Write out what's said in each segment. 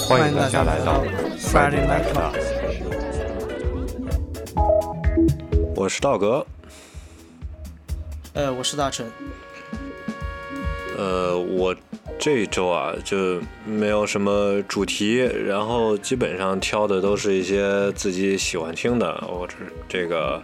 欢迎大家来到 Friday Night Talk。我是道格， 我是大成。 我这一周啊就没有什么主题，然后基本上挑的都是一些自己喜欢听的。我这个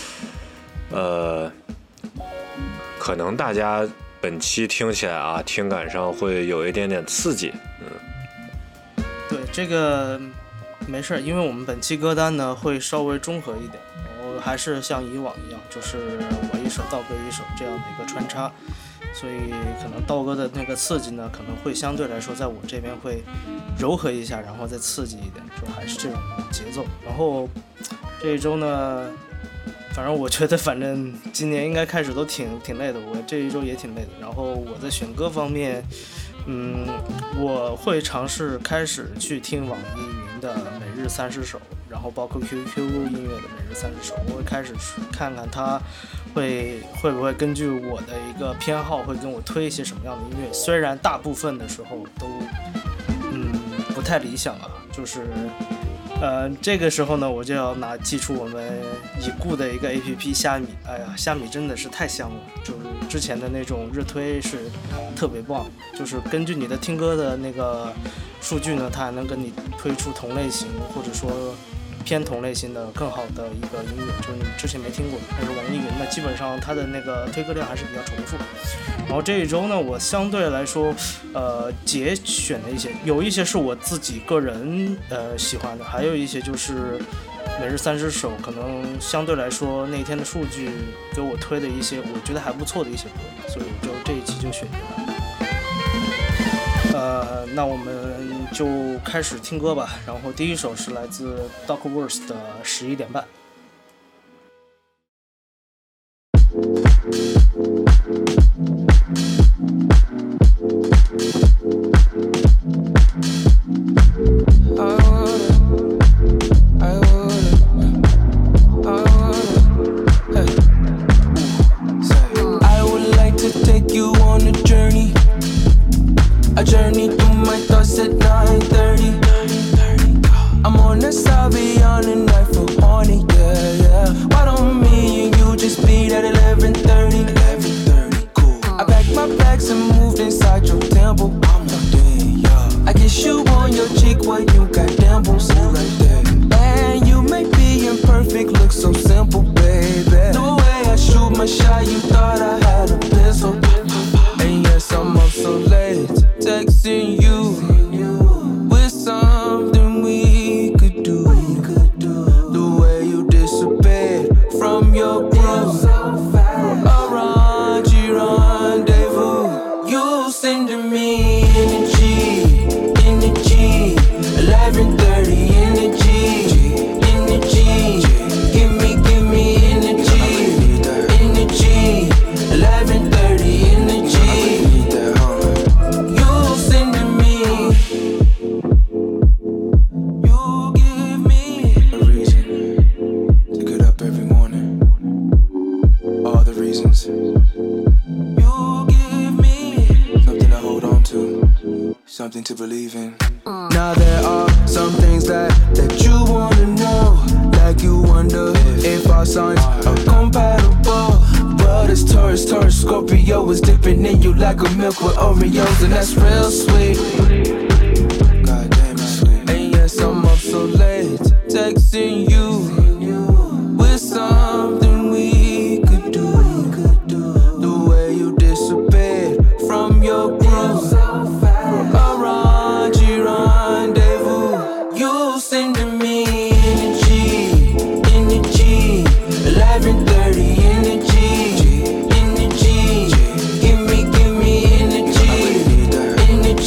可能大家本期听起来啊，听感上会有一点点刺激。 对，这个没事，因为我们本期歌单呢会稍微中和一点，然后还是像以往一样，就是我一首道哥一首这样的一个穿插，所以可能道哥的那个刺激呢可能会相对来说在我这边会柔和一下，然后再刺激一点，就还是这种节奏。然后这一周呢，反正我觉得今年应该开始都挺累的，我这一周也挺累的。然后我在选歌方面，我会尝试开始去听网易云的每日30首，然后包括 QQ 音乐的每日30首，我会开始看看它会不会根据我的一个偏好会跟我推一些什么样的音乐。虽然大部分的时候都不太理想啊，就是这个时候呢，我就要记出我们已故的一个 APP 虾米。哎呀，虾米真的是太香了，就是之前的那种日推是特别棒，就是根据你的听歌的那个数据呢，它还能跟你推出同类型或者说偏同类型的更好的一个音乐，就是你之前没听过的。但是网易云呢，基本上它的那个推歌量还是比较重复。然后这一周呢，我相对来说节选的有一些是我自己个人喜欢的，还有一些就是每日30首，可能相对来说那天的数据给我推的一些我觉得还不错的一些歌，所以我就这一期就选进来。那我们就开始听歌吧。然后第一首是来自 Duckworth 的11点半。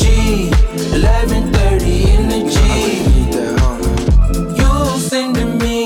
Send to me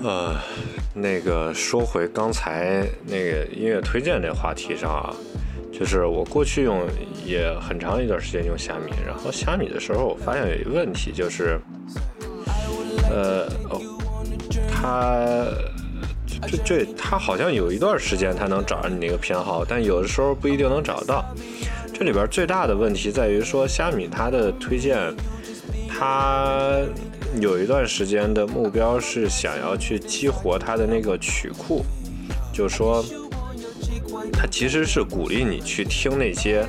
那个说回刚才那个音乐推荐这话题上啊，就是我过去也很长一段时间用虾米，然后虾米的时候我发现有一个问题，就是它好像有一段时间它能找着你那个偏好，但有的时候不一定能找到。这里边最大的问题在于说，虾米它的推荐，它有一段时间的目标是想要去激活它的那个曲库，就是说它其实是鼓励你去听那些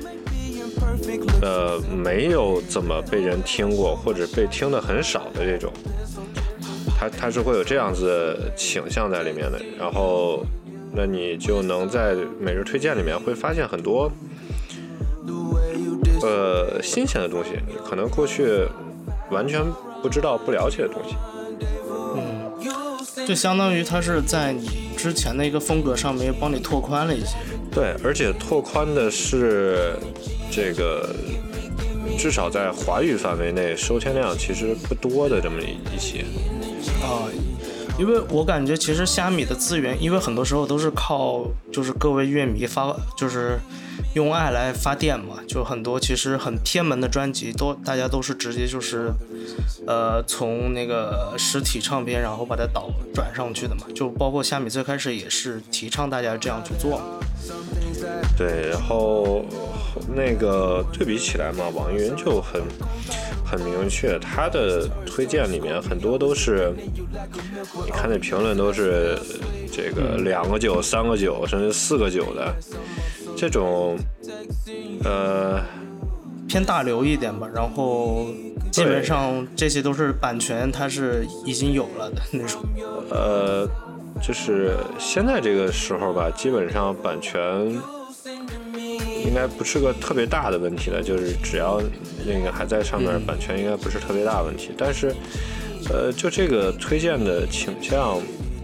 没有怎么被人听过或者被听的很少的这种，它是会有这样子的倾向在里面的。然后那你就能在每日推荐里面会发现很多新鲜的东西，你可能过去完全不知道不了解的东西。 就相当于它是在你之前的一个风格上面帮你拓宽了一些。 对，而且拓宽的是这个至少在华语范围内收听量其实不多的这么一些因为我感觉其实虾米的资源，因为很多时候都是靠就是各位乐迷就是用爱来发电嘛，就很多其实很偏门的专辑大家都是直接就是从那个实体唱片然后把它转上去的嘛，就包括虾米最开始也是提倡大家这样去做。 对，然后那个对比起来嘛，网易云就很明确，它的推荐里面很多都是，你看那评论都是这个2个9、3个9，甚至4个9的这种， 偏大流一点吧。然后基本上这些都是版权，它是已经有了的那种。 就是现在这个时候吧，基本上版权应该不是个特别大的问题了，就是只要那个还在上面，版权应该不是特别大的问题。但是就这个推荐的倾向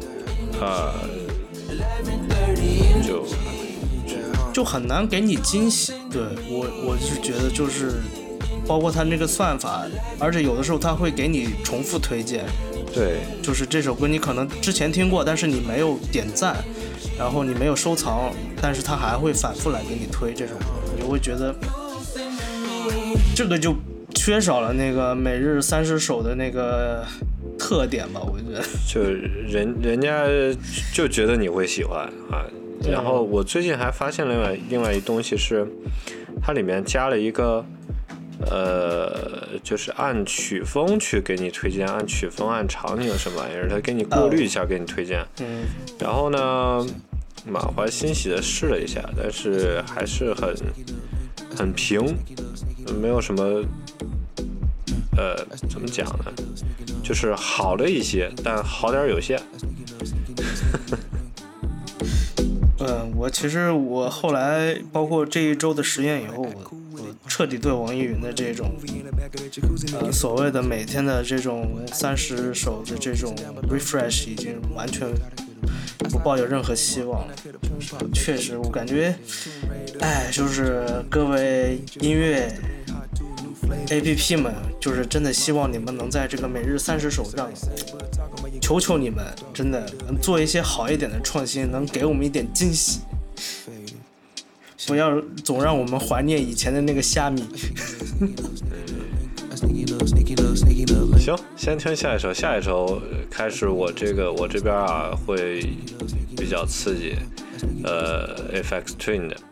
就很难给你惊喜。对，我是觉得就是包括它那个算法，而且有的时候它会给你重复推荐。 对， 就是这首歌你可能之前听过，但是你没有点赞，然后你没有收藏，但是它还会反复来给你推这种歌，你就会觉得这个就缺少了那个每日30首的那个特点吧，我觉得。 就人家就觉得你会喜欢啊。然后我最近还发现另外一东西是，它里面加了一个就是按曲风去给你推荐，按曲风按场景什么玩意儿，它给你过滤一下给你推荐。然后呢，满怀欣喜的试了一下，但是还是很平，没有什么怎么讲呢，就是好了一些，但好点有限。 其实我后来包括这一周的实验以后，我彻底对网易云的这种所谓的每天的这种30首的这种 refresh 已经完全不抱有任何希望了。确实我感觉就是各位音乐 APP 们，就是真的希望你们能在这个每日30首上，求求你们真的能做一些好一点的创新，能给我们一点惊喜，不要总让我们怀念以前的那个虾米。 行，先听下一首开始我这边会比较刺激FX Twin 的。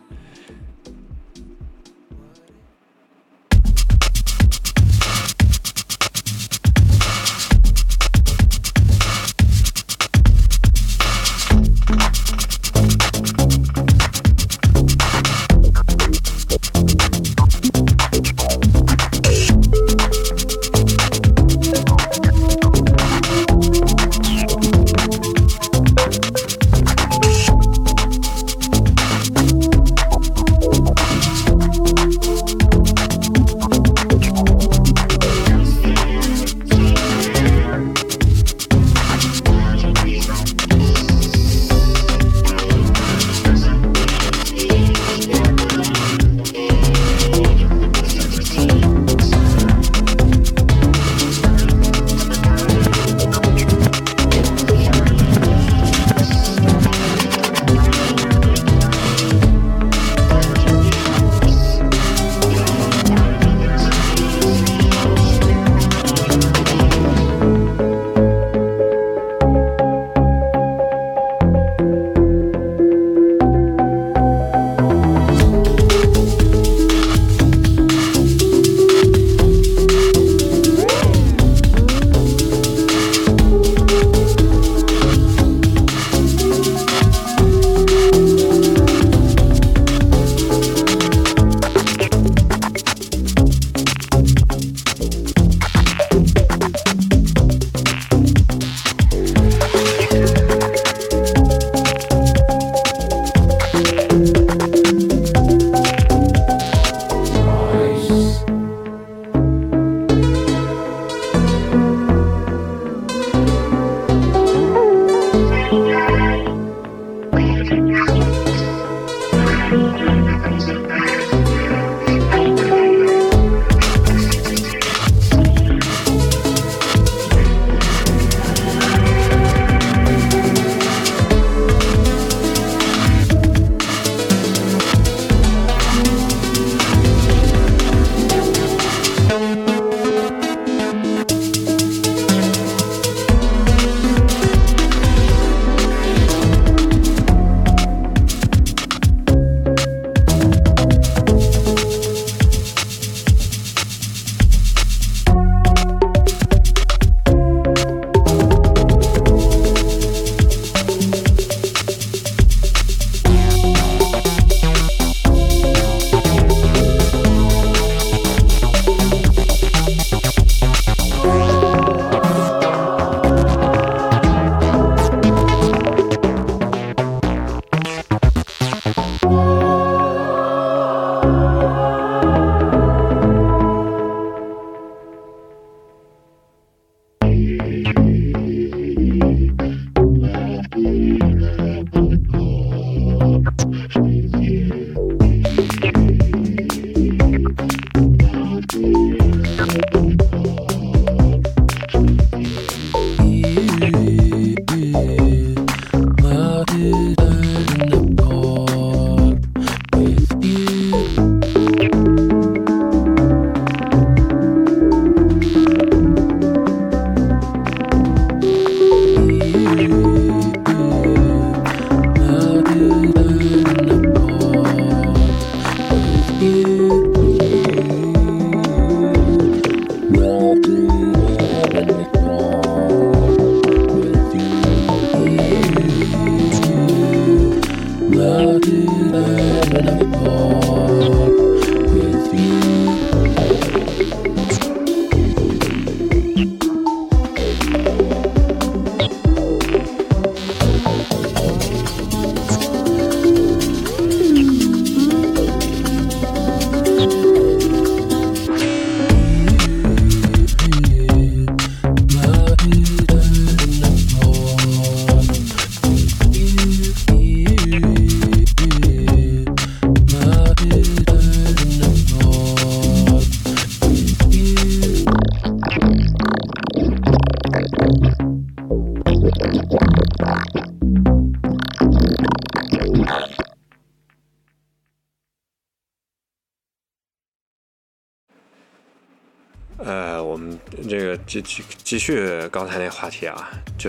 继续刚才那话题啊，就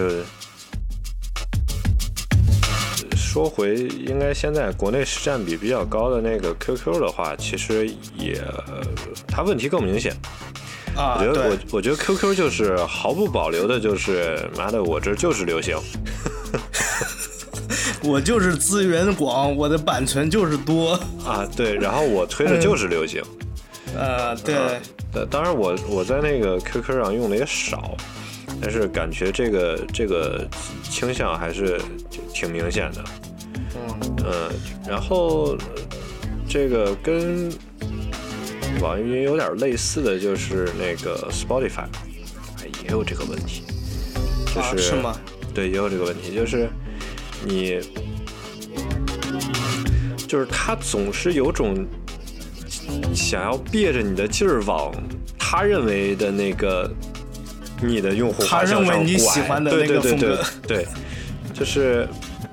说回应该现在国内市占比比较高的那个 QQ 的话，其实也它问题更明显。我觉得 QQ 就是毫不保留的，就是妈的，我这就是流行， 我就是资源广，我的版权就是多啊，对，然后我推的就是流行， 对， 当然我在那个 QQ 上用的也少，但是感觉这个倾向还是挺明显的，然后这个跟网易云有点类似的就是那个 Spotify， 也有这个问题， 是吗？ 对，也有这个问题，就是就是他总是有种想要憋着你的劲儿往他认为的那个你的用户画像上拐， 他认为你喜欢的那个风格， 对，就是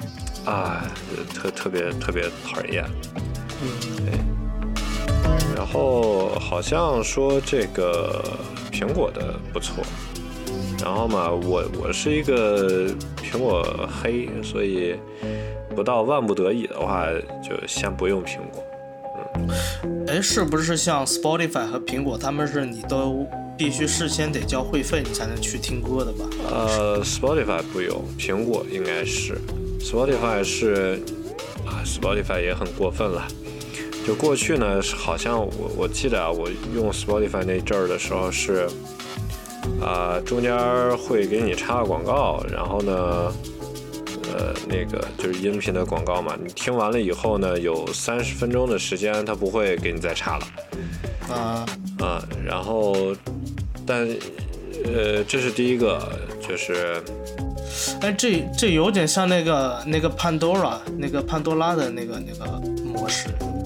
特别讨人厌，对。然后好像说这个苹果的不错，然后嘛，我是一个苹果黑，所以不到万不得已的话，就先不用苹果。 是不是像 Spotify 和苹果，他们是你都必须事先得交会费，你才能去听歌的吧 ？Spotify 不用，苹果应该是 Spotify 是Spotify 也很过分了。就过去呢，好像我记得我用 Spotify 那阵儿的时候是，中间会给你插个广告，然后呢，那个就是音频的广告嘛，你听完了以后呢，有30分钟的时间，它不会给你再插了。然后，但这是第一个，就是， 这有点像那个Pandora 那个潘多拉的那个模式。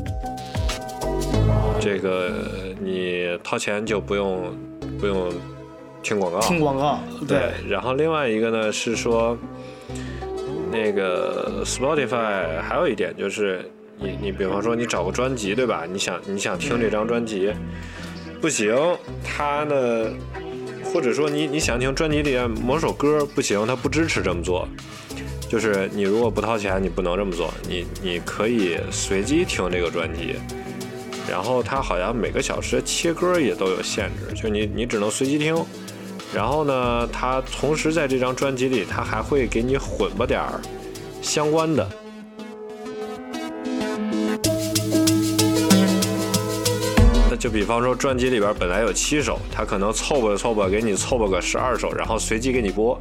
这个你掏钱就不用听广告。 听广告，对。 然后另外一个呢是说，那个 Spotify 还有一点就是，你比方说你找个专辑对吧？你想听这张专辑，不行，它呢，或者说你想听专辑里某首歌不行，它不支持这么做。就是你如果不掏钱，你不能这么做。你可以随机听这个专辑。然后它好像每个小时切歌也都有限制，就你只能随机听。然后呢，它同时在这张专辑里，它还会给你混吧点儿相关的。那就比方说专辑里边本来有7首，它可能凑吧给你凑吧个12首，然后随机给你播。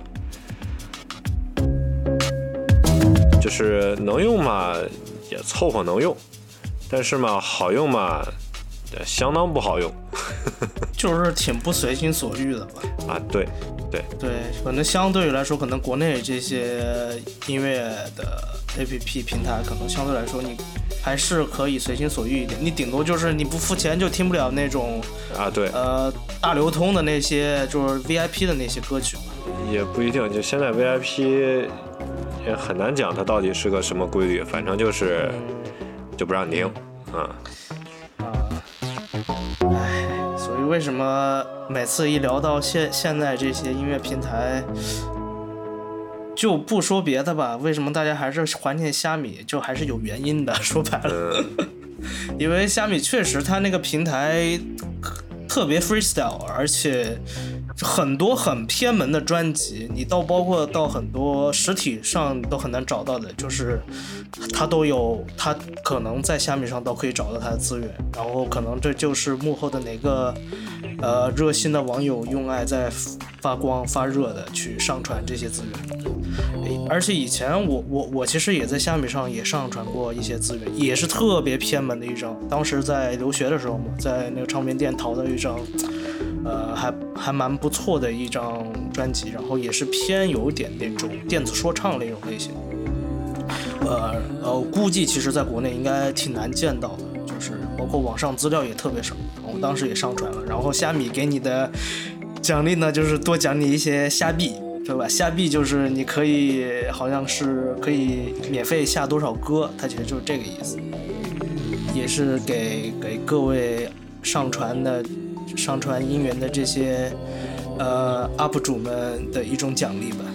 就是能用嘛，也凑合能用。但是嘛，好用嘛，相当不好用， 就是挺不随心所欲的吧？ 对， 可能相对于来说，可能国内这些音乐的 APP 平台，可能相对来说你还是可以随心所欲一点。你顶多就是你不付钱就听不了那种对， 大流通的那些就是 VIP 的那些歌曲嘛。 也不一定，就现在 VIP 也很难讲它到底是个什么规律，反正就是就不让你听。 所以为什么每次一聊到现在这些音乐平台，就不说别的吧，为什么大家还是怀念虾米，就还是有原因的。说白了，因为虾米确实它那个平台特别 freestyle， 而且很多很偏门的专辑，你包括到很多实体上都很难找到的，就是它都有，它可能在虾米上都可以找到它的资源，然后可能这就是幕后的哪个热心的网友用爱在发光发热的去上传这些资源。而且以前我其实也在虾米上也上传过一些资源，也是特别偏门的一张，当时在留学的时候嘛，在那个唱片店淘到一张还蛮不错的一张专辑，然后也是偏有点那种电子说唱那种类型。估计其实在国内应该挺难见到的，就是包括网上资料也特别少，我当时也上传了。然后虾米给你的奖励呢，就是多奖你一些虾币，对吧？虾币就是你可以好像是可以免费下多少歌，它其实就是这个意思，也是给各位上传音源的这些 UP 主们的一种奖励吧。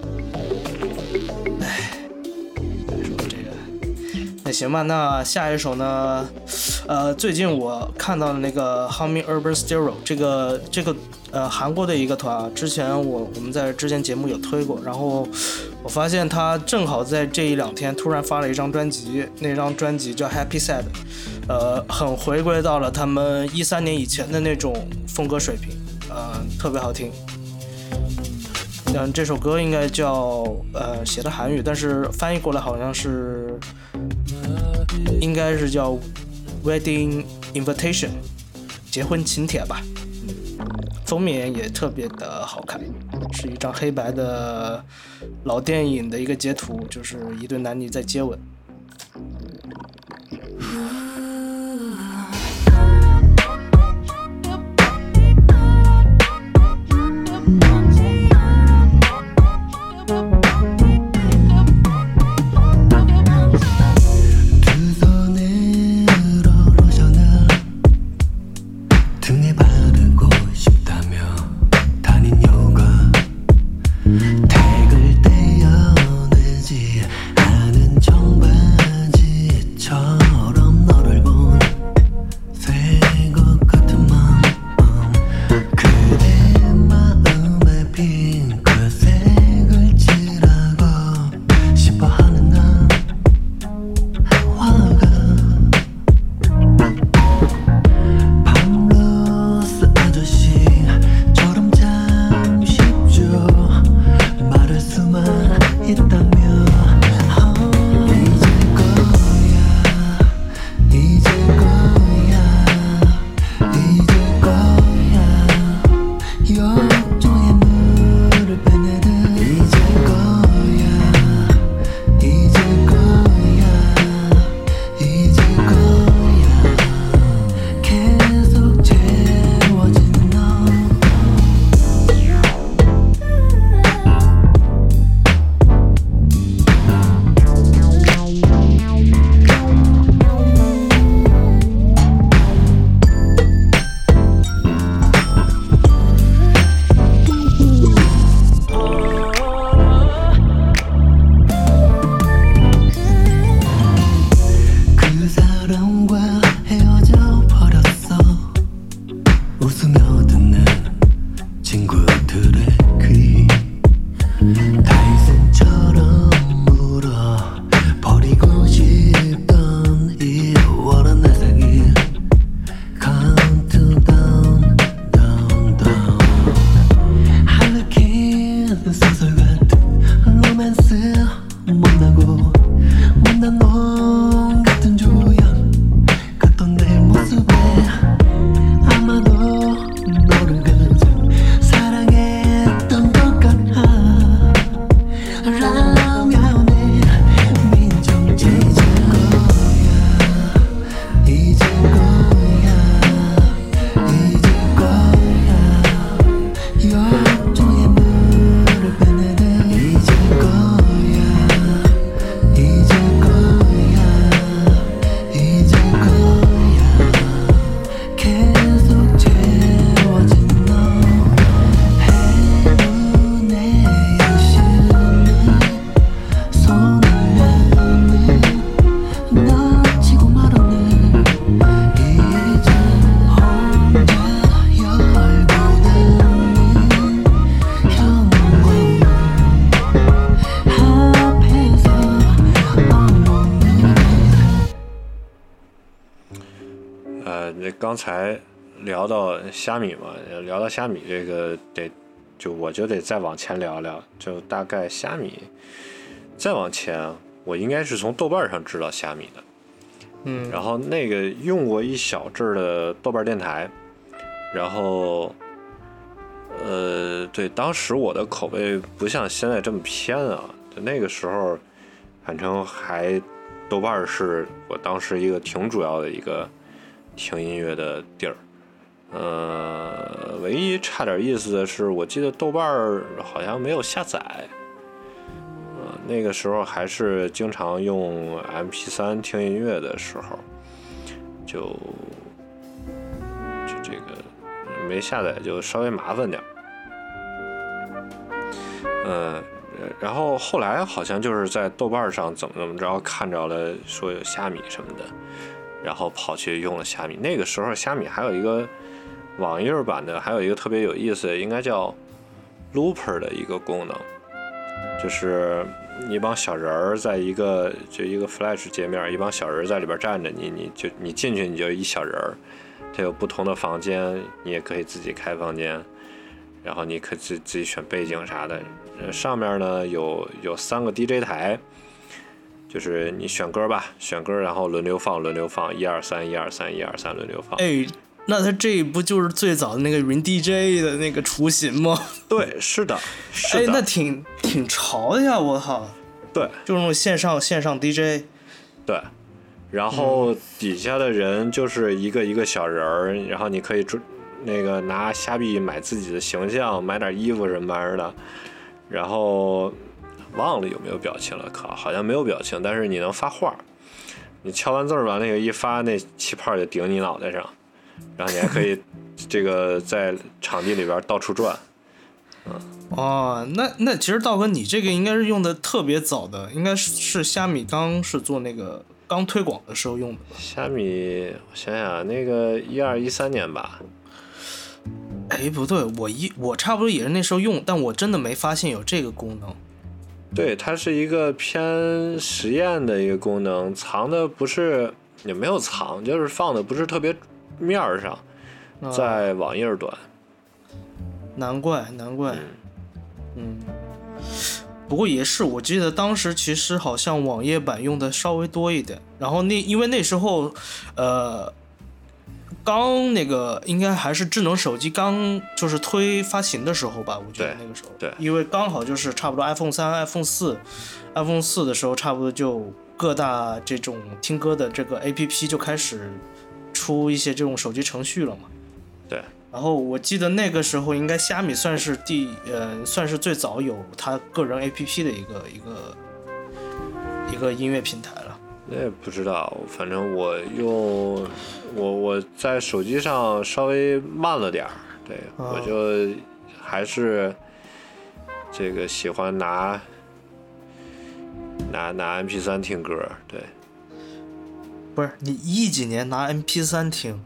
说这个，那行吧，那下一首呢？最近我看到的那个 Humming Urban Stereo 这个韩国的一个团啊，之前我们在之前节目有推过，然后我发现他正好在这一两天突然发了一张专辑，那张专辑叫 Happy Sad， 很回归到了他们13年以前的那种风格水平，特别好听。这首歌应该叫写的韩语，但是翻译过来好像是应该是叫 Wedding Invitation， 结婚请帖吧。封面也特别的好看，是一张黑白的老电影的一个截图，就是一对男女在接吻。 刚才聊到虾米嘛，聊到虾米这个我就得再往前聊聊，就大概虾米再往前，我应该是从豆瓣上知道虾米的，然后那个用过一小阵的豆瓣电台，然后对，当时我的口味不像现在这么偏啊，就那个时候反正还豆瓣是我当时一个挺主要的一个听音乐的地儿。唯一差点意思的是，我记得豆瓣好像没有下载。那个时候还是经常用 MP3 听音乐的时候，就这个没下载就稍微麻烦点。 然后后来好像就是在豆瓣上怎么着看着了说有虾米什么的，然后跑去用了虾米。那个时候虾米还有一个网页版的，还有一个特别有意思的，应该叫 Looper 的一个功能，就是一帮小人儿在一个 Flash 界面，一帮小人在里边站着，你进去你就一小人儿，它有不同的房间，你也可以自己开房间，然后你可以自己选背景啥的。上面呢有3个 DJ 台，就是你选歌吧，选歌然后轮流放，1、2、3、1、2、3、1、2、3、1、2、3轮流放。 哎，那它这不就是最早的那个云 DJ 的那个雏形吗？ 对，是的。 哎，那挺潮的呀，我操。 对， 就是那种线上 DJ。 对，然后底下的人就是一个小人儿，然后你可以那个拿虾币买自己的形象，买点衣服什么玩意儿的，然后忘了有没有表情了，好像没有表情，但是你能发画，你敲完字儿把那个一发，那气泡就顶你脑袋上，然后你还可以这个在场地里边到处转。 哦，那其实道哥你这个应该是用的特别早的，应该是虾米是做那个刚推广的时候用的吧？ 虾米，我想想，那个12、13年吧。 哎，不对，我差不多也是那时候用，但我真的没发现有这个功能。 对，它是一个偏实验的一个功能，藏的不是也没有藏，就是放的不是特别面上，在网页端。 难怪。不过也是，我记得当时其实好像网页版用的稍微多一点，然后因为那时候刚那个应该还是智能手机刚就是发行的时候吧，我觉得那个时候， 对， 因为刚好就是差不多 iPhone 3、iPhone 4的时候，差不多就各大这种听歌的这个 APP 就开始出一些这种手机程序了嘛。 对。 然后我记得那个时候应该虾米算是算是最早有他个人 APP 的一个音乐平台了。 那也不知道，反正我在手机上稍微慢了点儿，对，我就还是这个喜欢拿 MP3 听歌，对。 不是你几年拿 MP3 听？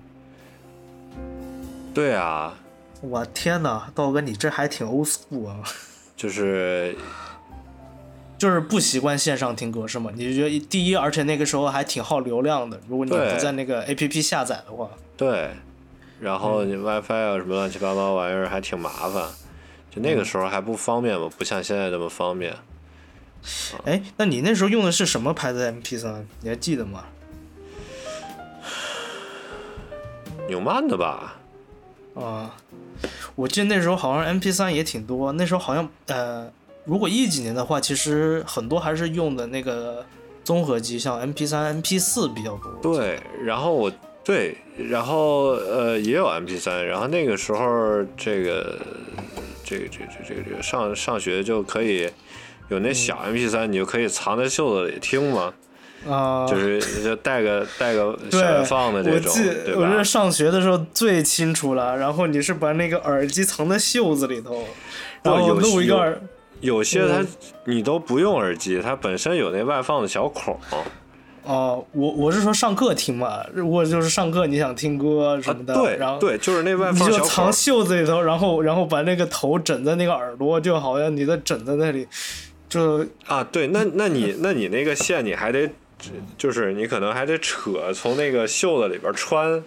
对啊， 我天哪，道哥你这还挺 old school 啊！就是不习惯线上听歌是吗？你觉得第一，而且那个时候还挺耗流量的，如果你不在那个 APP 下载的话。 对，然后你 WiFi 啊什么乱七八糟玩意儿还挺麻烦，就那个时候还不方便嘛，不像现在这么方便。 哎，那你那时候用的是什么牌子的 MP3？ 你还记得吗？ 纽曼的吧。 我记得那时候好像 MP3 也挺多，那时候好像如果几年的话，其实很多还是用的那个综合机，像 MP3、MP4 比较多。 对，然后也有 MP3，然后那个时候这个上学就可以有那小 MP3，你就可以藏在袖子里听嘛。就是带个小人放的这种，对吧？ 我这上学的时候最清楚了。然后你是把那个耳机藏在袖子里头，然后弄一个有些你都不用耳机，它本身有那外放的小孔。 我是说上课听嘛，如果就是上课你想听歌什么的， 对， 然后对，就是那外放小孔， 你就藏袖子里头，然后把那个头枕在那个耳朵，就好像你的枕在那里，就对，那你那个线你还得。就是你可能还得扯从那个袖子里边穿，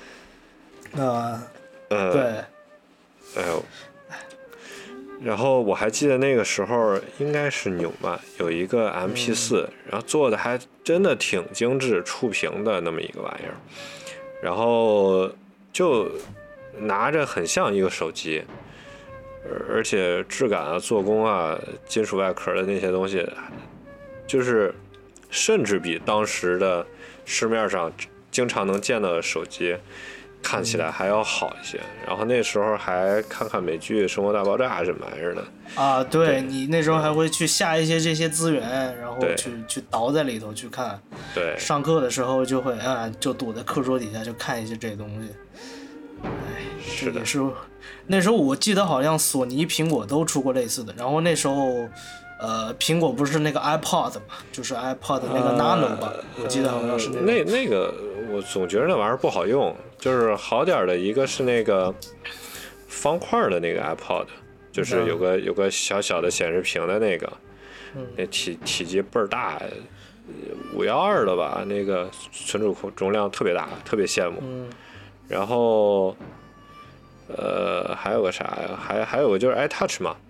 对， 哎呦，然后我还记得那个时候应该是纽曼有一个 MP4，然后做的还真的挺精致，触屏的那么一个玩意儿，然后就拿着很像一个手机，而且质感啊、做工啊、金属外壳的那些东西，就是甚至比当时的市面上经常能见到的手机看起来还要好一些。然后那时候还看看美剧《生活大爆炸》什么玩意儿的。 对，你那时候还会去下一些这些资源，然后去倒在里头去看。 对， 上课的时候就会就躲在课桌底下就看一些这些东西。 是的也是那时候我记得好像索尼、苹果都出过类似的。然后那时候，苹果不是那个 iPod 嘛，就是 iPod 那个 Nano 吧，我记得好像是那个，我总觉得那玩意儿不好用。就是好点的一个是那个方块的那个 iPod， 就是有个小小的显示屏的那个，那体积倍儿大，512的吧，那个存储容量特别大，特别羡慕。然后还有个啥呀？还有个就是 iTouch 嘛。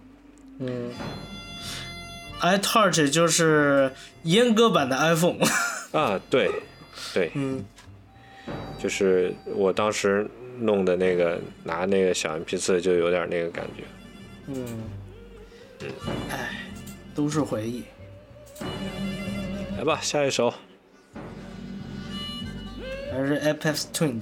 iTouch 就是阉割版的 iPhone 啊，对，就是我当时弄的那个拿那个小 MP4 就有点那个感觉。 都是回忆。 来吧，下一首还是 Aphex Twin。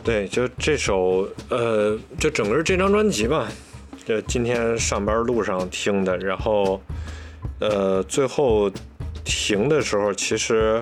对，就这首就整个这张专辑吧，就今天上班路上听的，然后最后停的时候其实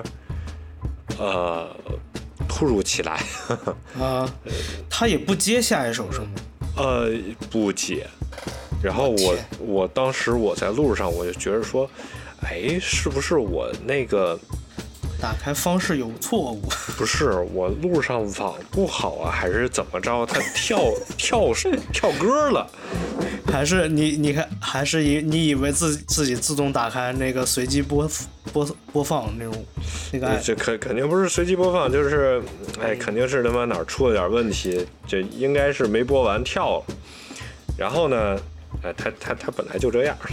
突如其来他也不接下一首是吗？ 不接。然后我当时我在路上我就觉得说，哎，是不是我那个打开方式有错误？ 不是，我路上网不好啊，还是怎么着？他跳歌了， 还是你看，还是你以为自己自动打开那个随机播放那个？ 这肯定不是随机播放，就是肯定是他妈哪儿出了点问题，这应该是没播完跳了。然后呢，他本来就这样。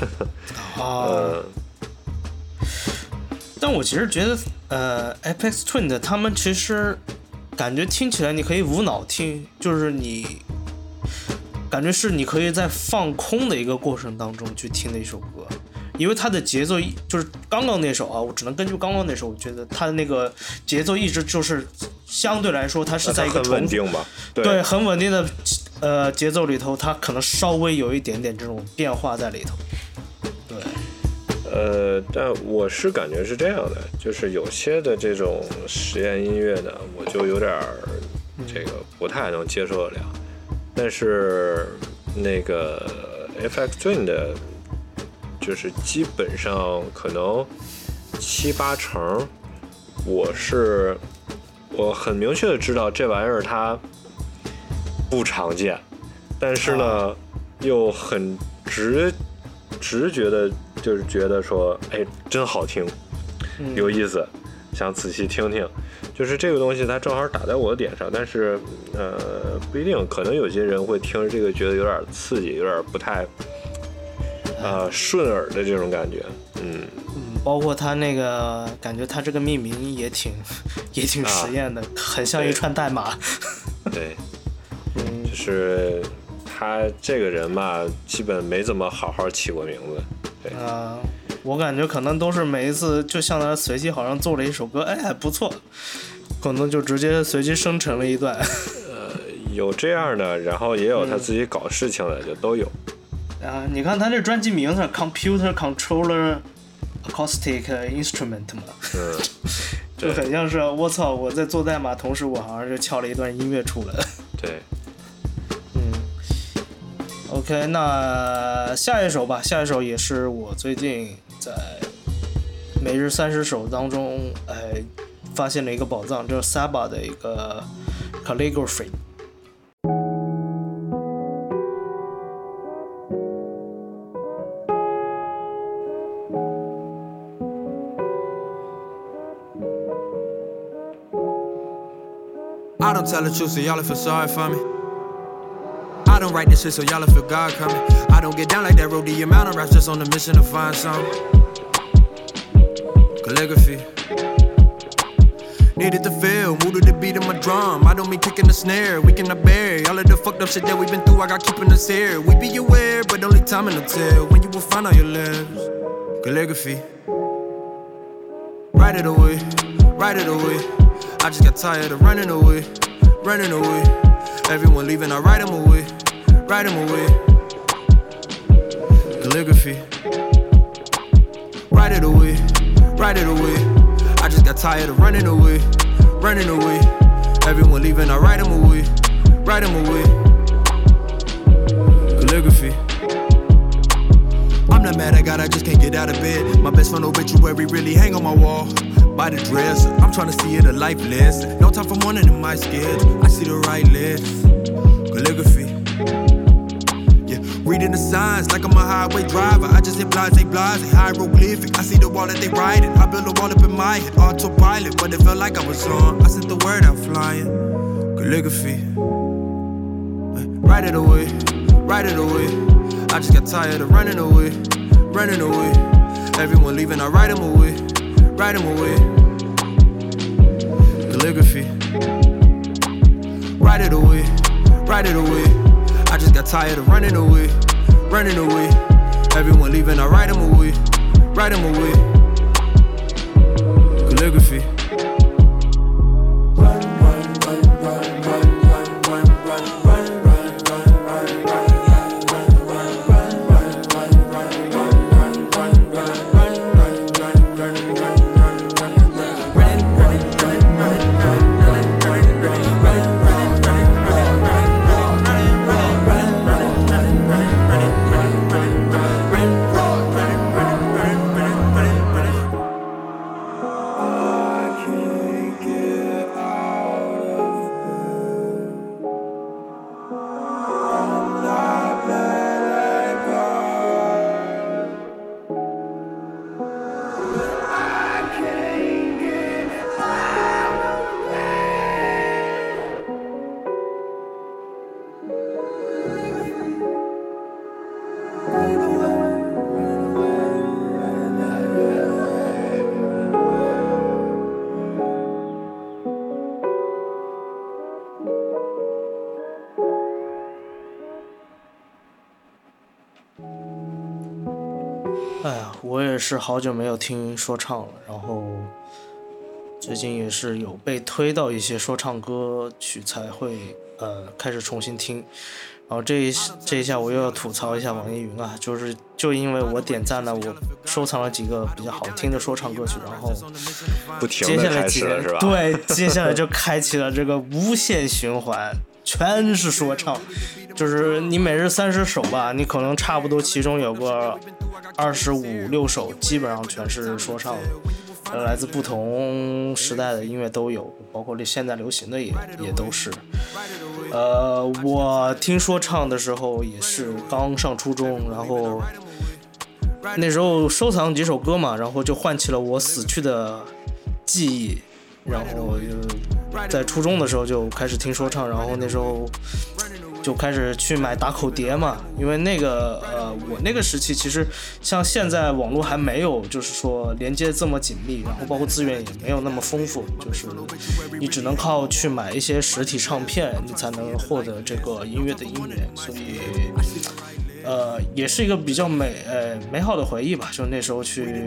但我其实觉得Aphex Twin 的他们其实感觉听起来你可以无脑听，就是你感觉是你可以在放空的一个过程当中去听的一首歌，因为它的节奏就是刚刚那首啊，我只能根据刚刚那首，我觉得它的那个节奏一直就是相对来说它是在一个很稳定吧， 对，很稳定的节奏里头，它可能稍微有一点点这种变化在里头，对。 但我是感觉是这样的，就是有些的这种实验音乐呢，我就有点这个不太能接受得了。但是那个 Aphex Twin 的，就是基本上可能7-8成，我很明确的知道这玩意儿它不常见，但是呢，又很直觉的，就是觉得说，哎，真好听，有意思，想仔细听听。就是这个东西它正好打在我的点上，但是不一定，可能有些人会听着这个觉得有点刺激，有点不太顺耳的这种感觉。 包括它那个感觉，它这个命名也挺实验的，很像一串代码。 对，就是他这个人吧，基本没怎么好好起过名字。对我感觉可能都是每一次就像他随机好像做了一首歌，哎还不错，可能就直接随机生成了一段。 有这样的，然后也有他自己搞事情的，就都有。 你看他这专辑名字 Computer Controller Acoustic Instrument 嘛，就很像是我操，我在做代码同时，我好像就敲了一段音乐出来。 对。 OK， 那下一首吧，下一首也是我最近在每日30首当中，发现了一个宝藏，就是 Saba 的一个 Calligraphy。 I don't tell the truth, so y'all feel sorry for me. I don't write this shit, so y'all feel God coming. I don't get down like that road, the amount of raps just on the mission to find something. Calligraphy. Needed to feel, moved to the beat of my drum. I don't mean kicking the snare, we cannot bear all of the fucked up shit that we been through. I got keeping us here. We be aware, but only time will tell when you will find out your lives. Calligraphy. Write it away, write it away. I just got tired of running away, running away. Everyone leaving, I write them away, write them away. Calligraphy. Write it away, write it away. I just got tired of running away, running away. Everyone leaving, I write them away, write them away. Calligraphy. I'm not mad at God, I just can't get out of bed. My best friend obituary really hang on my wall. By the dress, I'm trying to see it a life lesson. No time for morning in my schedule. I see the right list. Calligraphy. Yeah, reading the signs like I'm a highway driver. I just hit blase, hieroglyphic. I see the wall that they writing. I build a wall up in my head, autopilot. But it felt like I was on. I sent the word out flying. Calligraphy. Write it away, write it away. I just got tired of running away, running away. Everyone leaving, I write them away, write them away. Calligraphy. Write it away, write it away. I just got tired of running away, running away. Everyone leaving, I write them away, write them away. Calligraphy. Run, run, run, run, run, run. 哎呀，我也是好久没有听说唱了，然后最近也是有被推到一些说唱歌曲才会开始重新听，然后这一下我又要吐槽一下网易云啊，就因为我点赞了，我收藏了几个比较好听的说唱歌曲，然后不停的开始了是吧？ 对，接下来就开启了这个无限循环，全是说唱，就是你每日30首吧，你可能差不多其中有个25、6首基本上全是说唱的，来自不同时代的音乐都有，包括现在流行的也都是。我听说唱的时候也是刚上初中，然后那时候收藏几首歌嘛，然后就唤起了我死去的记忆，然后在初中的时候就开始听说唱，然后那时候就开始去买打口碟嘛，因为我那个时期其实像现在网络还没有就是说连接这么紧密，然后包括资源也没有那么丰富，就是你只能靠去买一些实体唱片，你才能获得这个音乐的音源，所以也是一个比较美好的回忆吧。就那时候去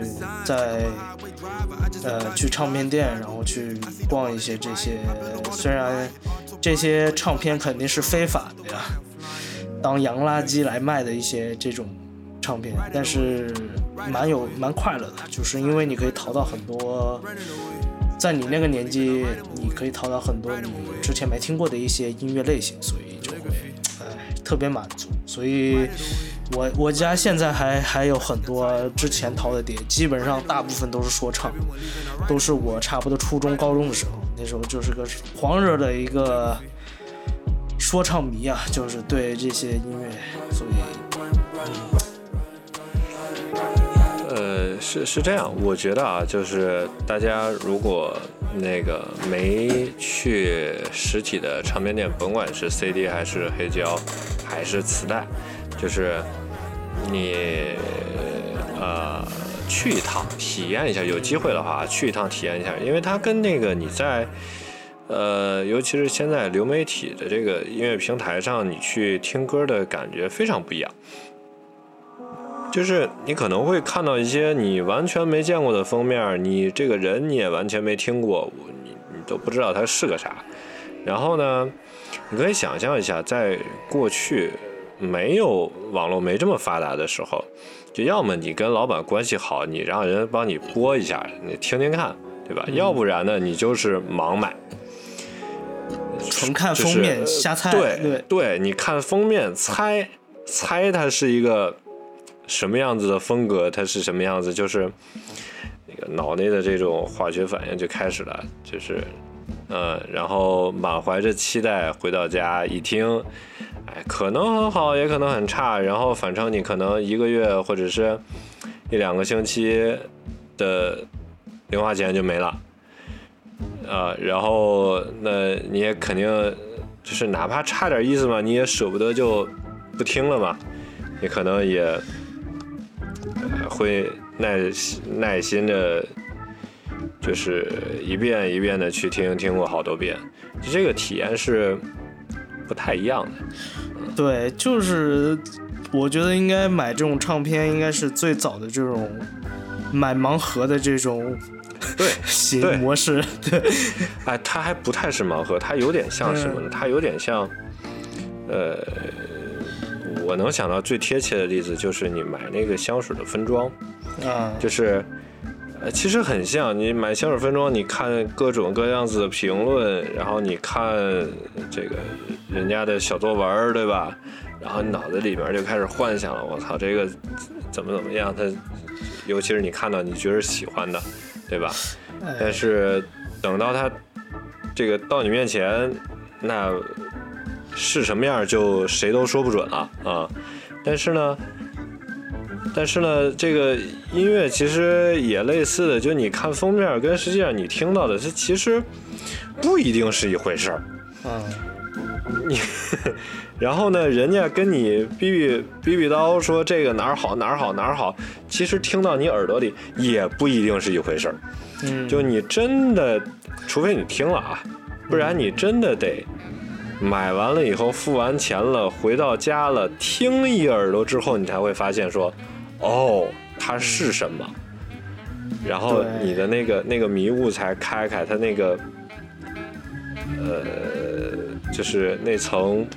唱片店，然后去逛一些这些，虽然这些唱片肯定是非法的呀，当洋垃圾来卖的一些这种唱片，但是蛮快乐的，就是因为你可以淘到很多，在你那个年纪，你可以淘到很多你之前没听过的一些音乐类型，所以就会特别满足。所以我家现在还有很多之前淘的碟，基本上大部分都是说唱，都是我差不多初中高中的时候，那时候就是个狂热的一个说唱迷啊，就是对这些音乐，所以是这样，我觉得啊，就是大家如果那个没去实体的唱片店，甭管是 CD 还是黑胶还是磁带，就是你去一趟体验一下，有机会的话去一趟体验一下，因为它跟那个你在尤其是现在流媒体的这个音乐平台上，你去听歌的感觉非常不一样。就是你可能会看到一些你完全没见过的封面，你这个人你也完全没听过，你都不知道他是个啥。然后呢，你可以想象一下，在过去没有网络没这么发达的时候，就要么你跟老板关系好，你让人帮你播一下，你听听看，对吧？要不然呢，你就是盲买。 纯看封面、就是、瞎猜， 对，你看封面猜它是一个什么样子的风格，它是什么样子，就是那个脑内的这种化学反应就开始了，就是然后满怀着期待回到家一听，可能很好也可能很差，然后反正你可能1个月或者是1-2个星期的零花钱就没了然后那你也肯定就是哪怕差点意思嘛，你也舍不得就不听了嘛，你可能也会耐心的就是一遍一遍的去听过好多遍，就这个体验是不太一样的。 对，就是我觉得应该买这种唱片应该是最早的这种买盲盒的这种新模式。对， 它还不太是盲盒，它有点像什么呢？它有点像我能想到最贴切的例子就是你买那个香水的分装就是其实很像你买香水分装，你看各种各样子的评论，然后你看这个人家的小作文，对吧？然后你脑子里面就开始幻想了，我靠，这个怎么样，它尤其是你看到你觉得喜欢的，对吧？但是等到它这个到你面前，那是什么样就谁都说不准了啊！但是呢，这个音乐其实也类似的，就你看封面跟实际上你听到的，它其实不一定是一回事儿。你然后呢，人家跟你逼叨说这个哪儿好，其实听到你耳朵里也不一定是一回事儿。就你真的，除非你听了啊，不然你真的得买完了以后付完钱了，回到家了，听一耳朵之后，你才会发现说，哦， 它是什么，然后你的那个迷雾才开，它那个就是那层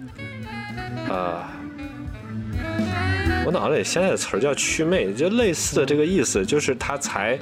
我脑子里现在的词儿叫祛魅，就类似的这个意思，就是它才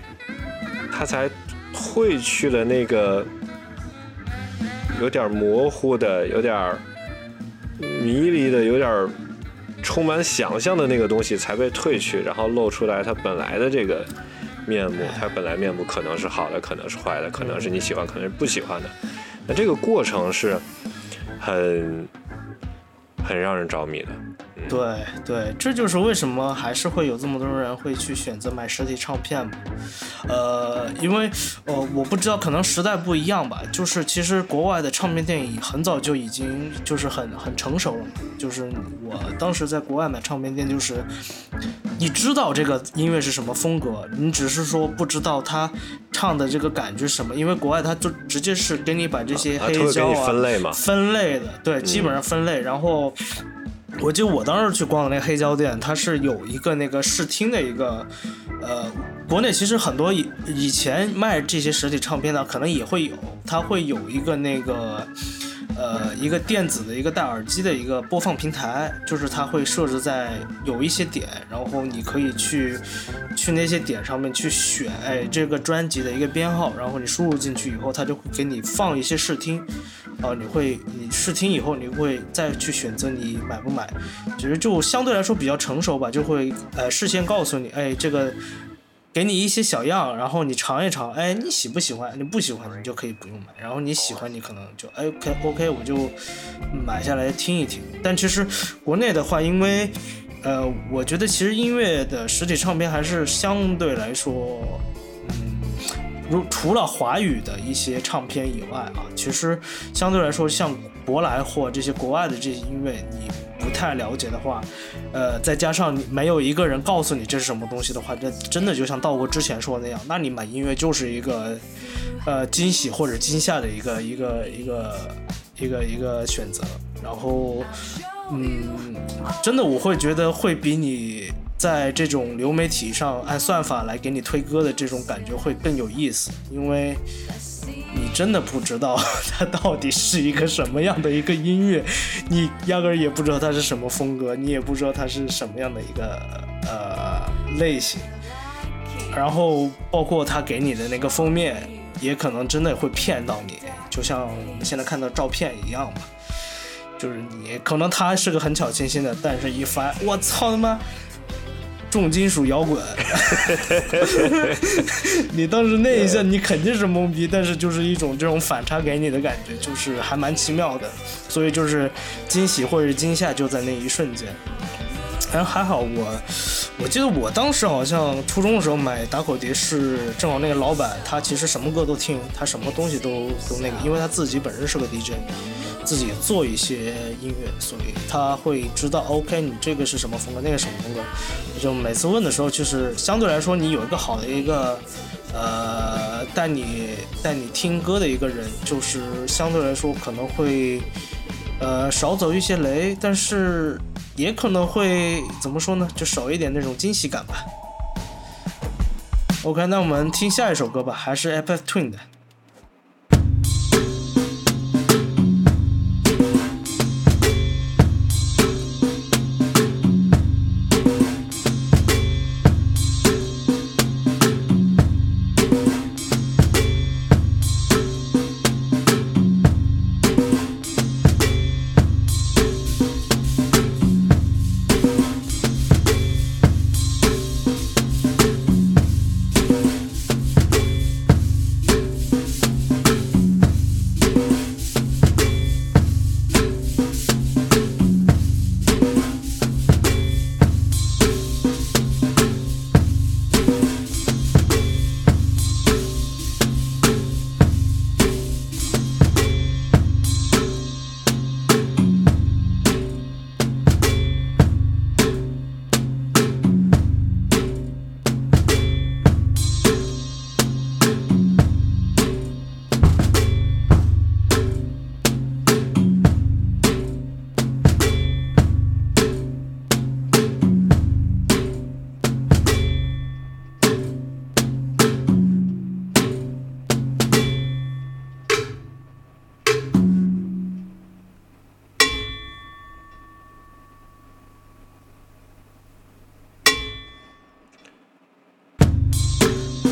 褪去了那个有点模糊的、有点迷离的、有点充满想象的那个东西才被褪去，然后露出来它本来的这个面目。它本来面目可能是好的，可能是坏的，可能是你喜欢，可能是不喜欢的。那这个过程是很让人着迷的。 对，这就是为什么还是会有这么多人会去选择买实体唱片嘛。因为我不知道，可能时代不一样吧。就是其实国外的唱片店很早就已经就是很成熟了嘛。就是我当时在国外买唱片店，就是你知道这个音乐是什么风格，你只是说不知道他唱的这个感觉是什么，因为国外他就直接是给你把这些黑胶分类的，对，基本上分类，然后。我记得我当时去逛的那个黑胶店，它是有一个那个试听的一个，国内其实很多以前卖这些实体唱片的可能也会有，它会有一个那个，一个电子的一个带耳机的一个播放平台，就是它会设置在有一些点，然后你可以去那些点上面去选，这个专辑的一个编号，然后你输入进去以后，它就会给你放一些试听。你试听以后，你会再去选择你买不买，其实就相对来说比较成熟吧，就会事先告诉你，这个给你一些小样，然后你尝一尝，你喜不喜欢？你不喜欢你就可以不用买，然后你喜欢你可能就OK 我就买下来听一听。但其实国内的话，因为我觉得其实音乐的实体唱片还是相对来说。除了华语的一些唱片以外其实相对来说像舶来或这些国外的这些音乐你不太了解的话，再加上没有一个人告诉你这是什么东西的话，这真的就像道哥之前说的那样，那你买音乐就是一个惊喜或者惊吓的一个选择。然后真的我会觉得会比你在这种流媒体上按算法来给你推歌的这种感觉会更有意思，因为你真的不知道它到底是一个什么样的一个音乐，你压根儿也不知道它是什么风格，你也不知道它是什么样的一个类型，然后包括它给你的那个封面也可能真的会骗到你，就像我们现在看到照片一样吧，就是你可能它是个很巧清新的，但是一翻我操他妈重金属摇滚你当时那一下你肯定是懵逼，但是就是一种这种反差给你的感觉，就是还蛮奇妙的，所以就是惊喜或者惊吓就在那一瞬间。然后还好我记得我当时好像初中的时候买打口碟是正好那个老板他其实什么歌都听，他什么东西都那个，因为他自己本身是个 DJ， 自己做一些音乐，所以他会知道 OK 你这个是什么风格，那个什么风格，就每次问的时候就是相对来说你有一个好的一个带你听歌的一个人，就是相对来说可能会少走一些雷，但是也可能会怎么说呢，就少一点那种惊喜感吧。 OK， 那我们听下一首歌吧，还是 FF Twin 的。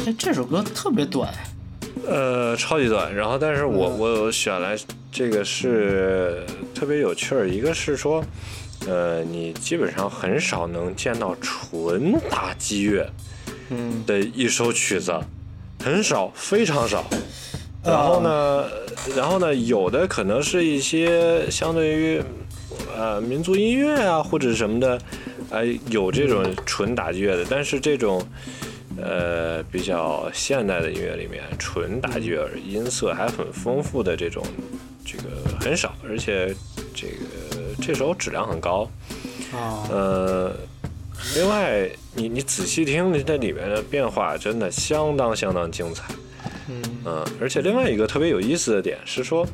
这首歌特别短。 超级短。然后，但是我选来这个是特别有趣儿，一个是说，你基本上很少能见到纯打击乐，的一首曲子，很少，非常少。然后呢，有的可能是一些相对于民族音乐啊或者什么的，有这种纯打击乐的，但是这种比较现代的音乐里面，纯打击乐音色还很丰富的这个很少，而且这首质量很高。另外你仔细听这里面的变化，真的相当精彩。而且另外一个特别有意思的点是说，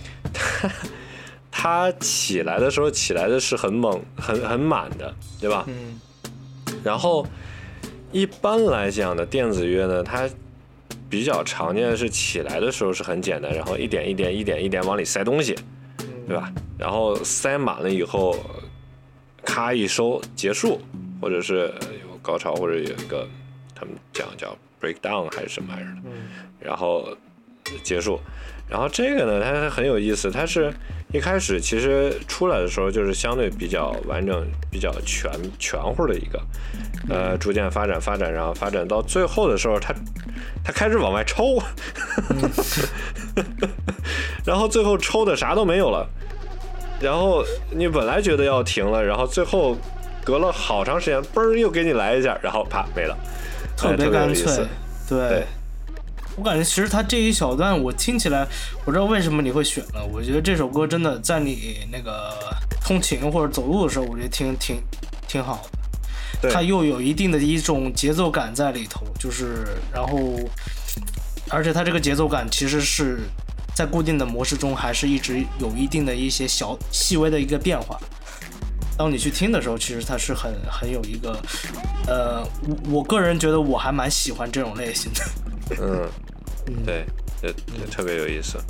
他起来的时候起来的是很猛、很满的，对吧？然后一般来讲的电子乐呢，它比较常见的是起来的时候是很简单，然后一点一点往里塞东西，对吧？然后塞满了以后，咔一收结束，或者是有高潮，或者有一个他们讲叫 breakdown 还是什么玩意儿的，然后结束。然后这个呢，它很有意思，它是一开始其实出来的时候就是相对比较完整、比较全乎的一个，逐渐发展，然后发展到最后的时候，它开始往外抽，然后最后抽的啥都没有了，然后你本来觉得要停了，然后最后隔了好长时间，嘣又给你来一下，然后啪没了， 特别干脆，对。我感觉其实他这一小段我听起来，我知道为什么你会选了。我觉得这首歌真的在你那个通勤或者走路的时候，我觉得挺好的。它又有一定的一种节奏感在里头，就是然后，而且它这个节奏感其实是在固定的模式中，还是一直有一定的一些小细微的一个变化。当你去听的时候，其实它是很有一个，我个人觉得我还蛮喜欢这种类型的。 对，特别有意思。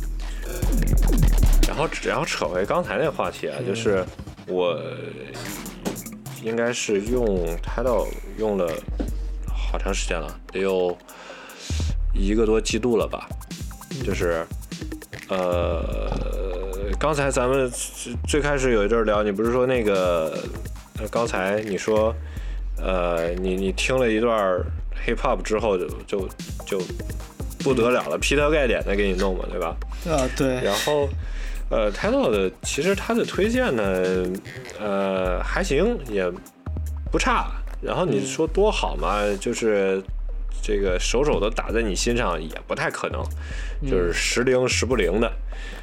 然后扯回刚才那个话题啊，就是我应该是用Tidal用了好长时间了，得有1个多季度了吧。就是刚才咱们最开始有一阵聊，你不是说那个刚才你说你听了一段 hip hop 之后就不得了了，劈头盖脸的给你弄嘛，对吧？ 对。 然后Tidal 的其实它的推荐呢，还行，也不差。然后你说多好嘛，就是这个手都打在你心上也不太可能，就是时灵时不灵的。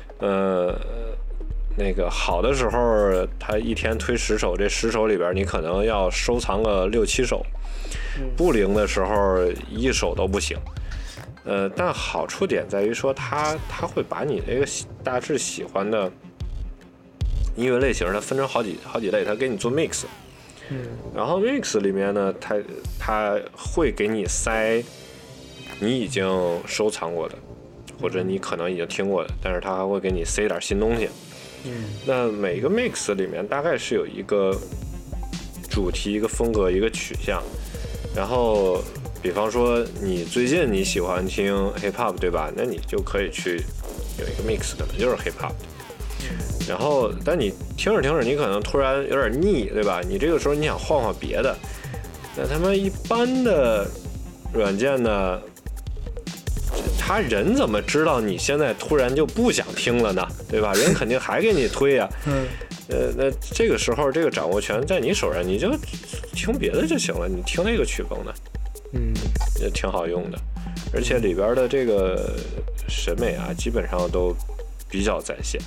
那个好的时候，他一天推10首，这10首里边你可能要收藏个6、7首。不灵的时候1首都不行。但好处点在于说它会把你这个大致喜欢的音乐类型它分成好几类，它给你做 mix。然后 mix 里面呢，它会给你塞你已经收藏过的，或者你可能已经听过的，但是它还会给你塞点新东西。那每个 mix 里面大概是有一个主题、一个风格、一个取向。然后比方说你最近你喜欢听 hip hop 对吧，那你就可以去有一个 mix 可能就是 hip hop 的。然后但你听着你可能突然有点腻对吧，你这个时候你想换别的，那他们一般的软件呢，他人怎么知道你现在突然就不想听了呢，对吧？人肯定还给你推呀。那这个时候这个掌握权在你手上，你就听别的就行了，你听那个曲风的，也挺好用的，而且里边的这个审美啊，基本上都比较在线，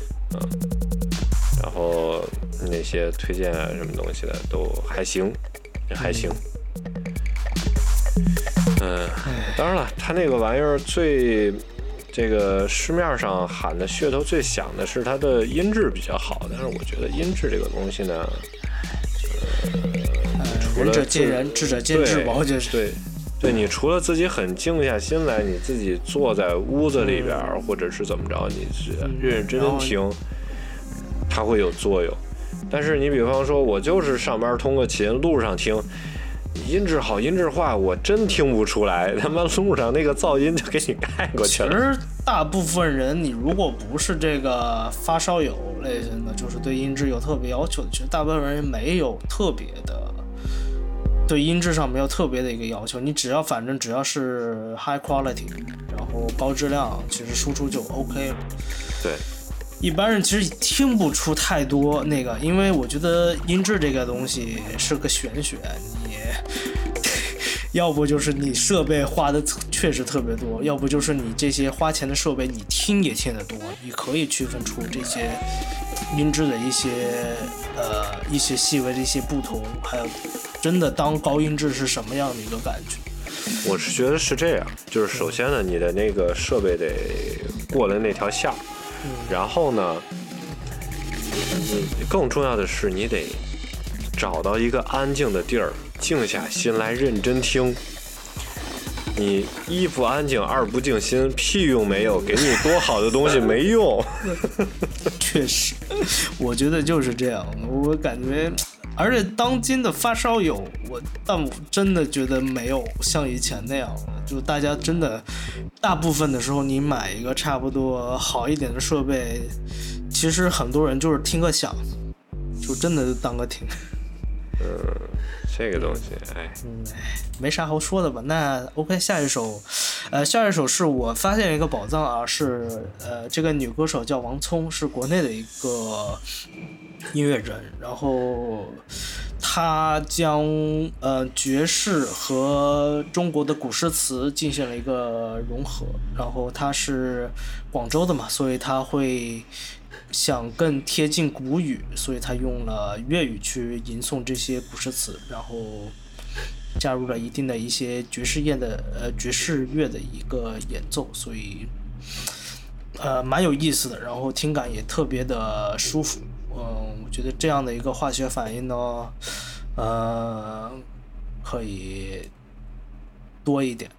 然后那些推荐啊什么东西的都还行，当然了，他那个玩意儿这个市面上喊的噱头最响的是它的音质比较好，但是我觉得音质这个东西呢， 仁者见仁，智者见智吧，我觉得对，你除了自己很静下心来，你自己坐在屋子里边，或者是怎么着，你是认认真真听，它会有作用。但是你比方说，我就是上班通个勤，路上听， 音质好音质坏我真听不出来，他妈路上那个噪音就给你盖过去了。 其实大部分人，你如果不是这个发烧友类型的，就是对音质有特别要求的，其实大部分人没有特别的，对音质上没有特别的一个要求。你反正只要是 high quality， 然后高质量，其实输出就 OK 了。 对。 一般人其实听不出太多那个，因为我觉得音质这个东西是个玄学，你要不就是你设备花的确实特别多，要不就是你这些花钱的设备你听也听得多，你可以区分出这些音质的一些细微的一些不同，还有真的当高音质是什么样的一个感觉。 我是觉得是这样，就是首先呢，你的那个设备得过了那条线，然后呢，你更重要的是你得找到一个安静的地儿，静下心来认真听。你一不安静，二不静心，屁用没有，给你多好的东西没用。 确实，我觉得就是这样。我感觉，而且当今的发烧友，但我真的觉得没有像以前那样了。就大家真的，大部分的时候，你买一个差不多好一点的设备，其实很多人就是听个响，就真的当个听。 这个东西， 没啥好说的吧？那 OK， 下一首是我发现一个宝藏啊，是这个女歌手叫王聪，是国内的一个音乐人，然后她将爵士和中国的古诗词进行了一个融合，然后她是广州的嘛，所以她会想更贴近古语，所以他用了粤语去吟诵这些古诗词，然后加入了一定的一些爵士乐的一个演奏，所以蛮有意思的，然后听感也特别的舒服。我觉得这样的一个化学反应呢，可以多一点。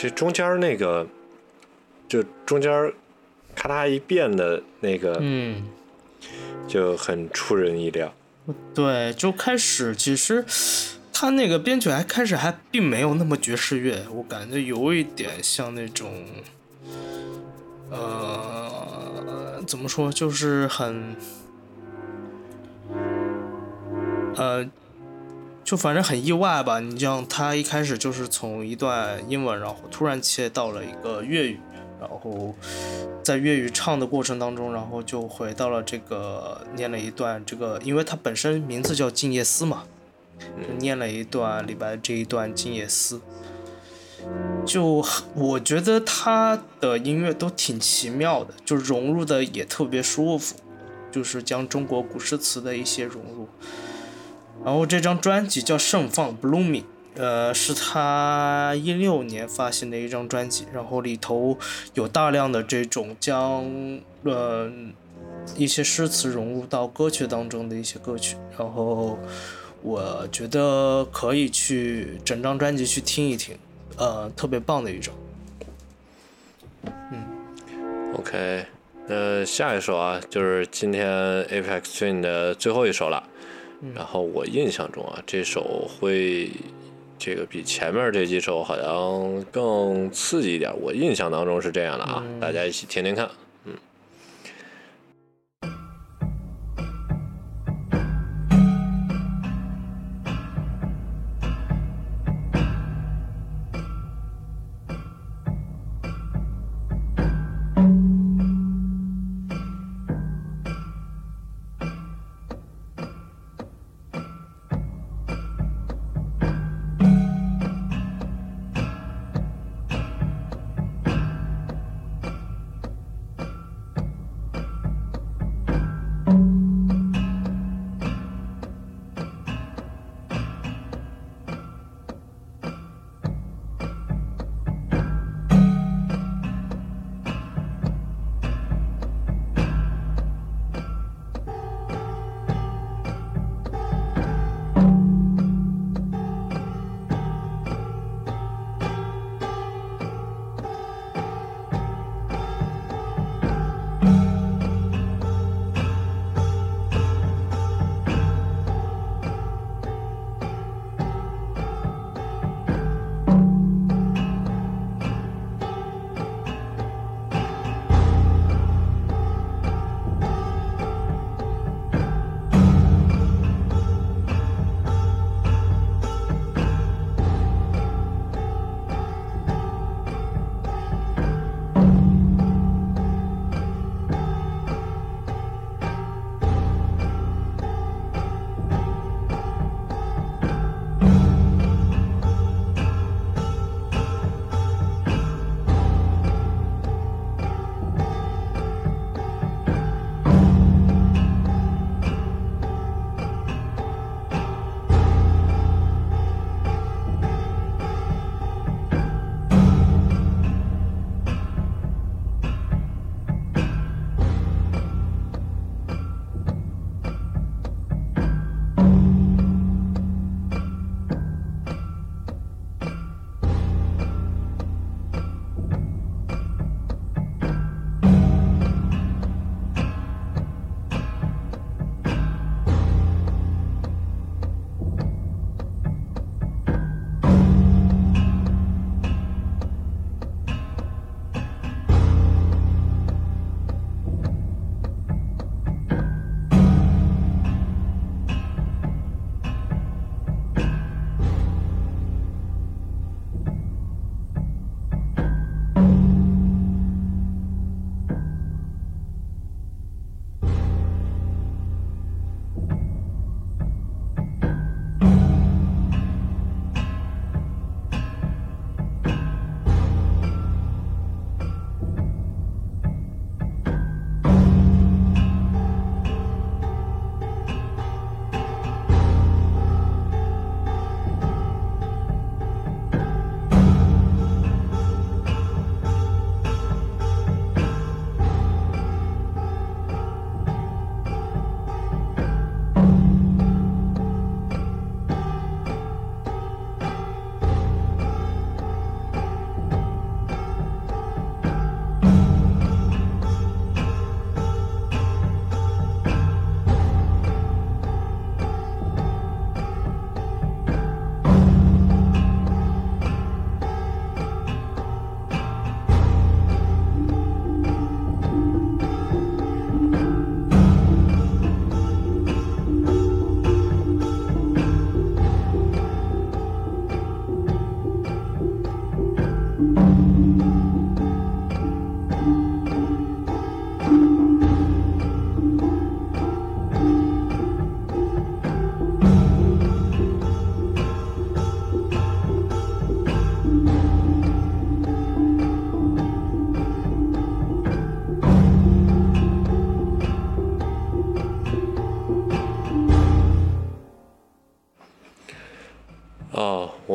这中间那个，就中间咔嗒一变的那个，就很出人意料。 对，就开始其实他那个编曲开始还并没有那么爵士乐，我感觉有一点像那种，怎么说，就是很，就反正很意外吧。你像他一开始就是从一段英文，然后突然切到了一个粤语，然后在粤语唱的过程当中，然后就回到了这个念了一段这个，因为他本身名字叫《静夜思》嘛，就念了一段李白这一段《静夜思》。就我觉得他的音乐都挺奇妙的，就融入的也特别舒服，就是将中国古诗词的一些融入。然后这张专辑叫《盛放》 Blooming， 是他16年发行的一张专辑，然后里头有大量的这种将一些诗词融入到歌曲当中的一些歌曲，然后我觉得可以去整张专辑去听一听，特别棒的一张。 OK， 那下一首啊，就是今天 Apex Twin 的最后一首了。然后我印象中啊，这首会这个比前面这几首好像更刺激一点，我印象当中是这样的啊，大家一起听听看。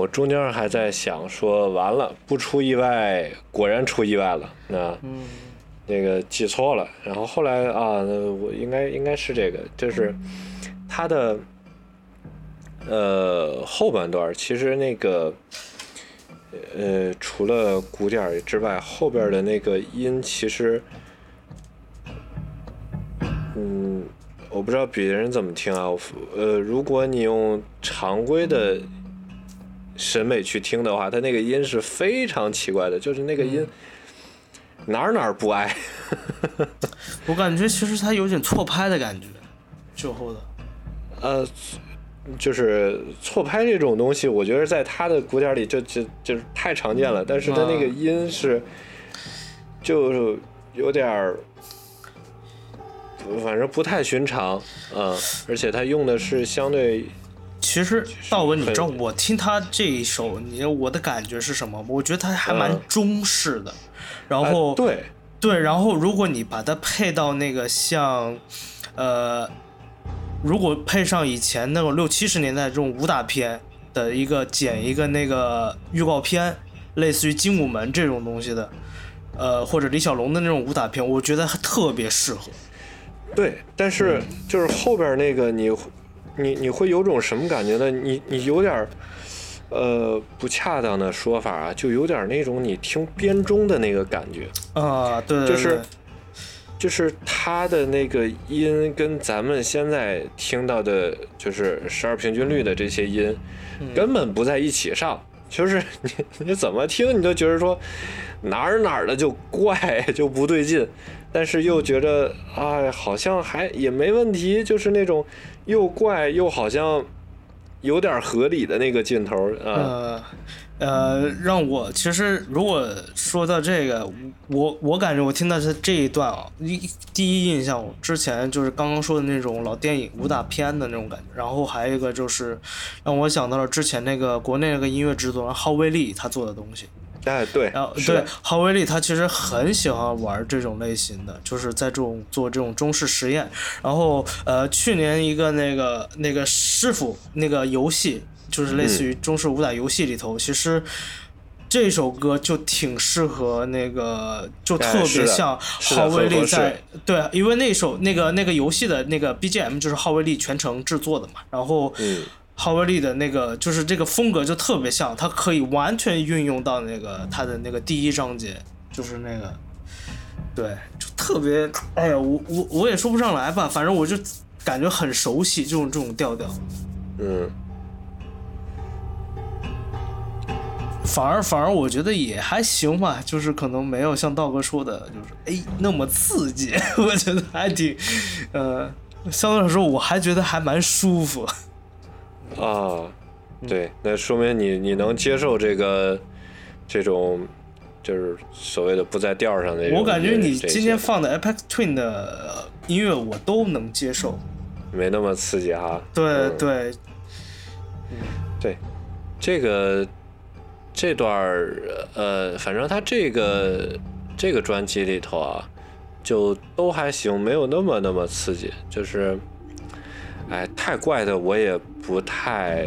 中间还在想说完了不出意外，果然出意外了，那个记错了，然后后来我应该是这个，就是他的后半段其实那个除了鼓点之外，后边的那个音其实我不知道别人怎么听啊，如果你用常规的审美去听的话，它那个音是非常奇怪的，就是那个音哪儿不挨。 我感觉其实它有点错拍的感觉，最后的。 就是错拍这种东西，我觉得在他的鼓点里就是太常见了，但是他那个音是就有点反正不太寻常，而且他用的是相对。 其实道文，你知道我听他这一首，我的感觉是什么？我觉得他还蛮中式的，然后对，然后如果你把它配到那个像如果配上以前那种60、70年代这种武打片的剪一个那个预告片，类似于《精武门》这种东西的，或者李小龙的那种武打片，我觉得特别适合。 对，但是就是后边那个你会有种什么感觉呢？你有点不恰当的说法啊，就有点那种你听编钟的那个感觉啊，对， 就是它的那个音跟咱们现在听到的，就是12平均律的这些音，根本不在一起上。就是你怎么听，你都觉得说哪儿的就怪，就不对劲，但是又觉得好像还也没问题，就是那种又怪又好像有点合理的那个劲头啊。 让我其实如果说到这个，我感觉我听到这一段啊，第一印象，我之前就是刚刚说的那种老电影武打片的那种感觉，然后还有一个就是让我想到了之前那个国内那个音乐制作人郝威利他做的东西。 对， 然后对郝威利他其实很喜欢玩这种类型的，就是在做这种中式实验。然后去年一个那个师傅那个游戏，就是类似于中式武打游戏里头，其实这首歌就挺适合那个，就特别像郝威利在对，因为那个游戏的那个 BGM 就是郝威利全程制作的嘛，然后郝威利的那个就是这个风格就特别像，他可以完全运用到那个他的那个第一章节，就是那个对，就特别哎呀，我也说不上来吧，反正我就感觉很熟悉这种调调。反而我觉得也还行吧，就是可能没有像道哥说的，就是那么刺激，我觉得还挺，相对来说我还觉得还蛮舒服。 对，那说明你能接受这种就是所谓的不在调上的。 我感觉你今天放的 Apex Twin 的音乐我都能接受， 没那么刺激哈。 对， 对，这段反正他这个专辑里头啊，就都还行，没有那么刺激，就是太怪的我也不太，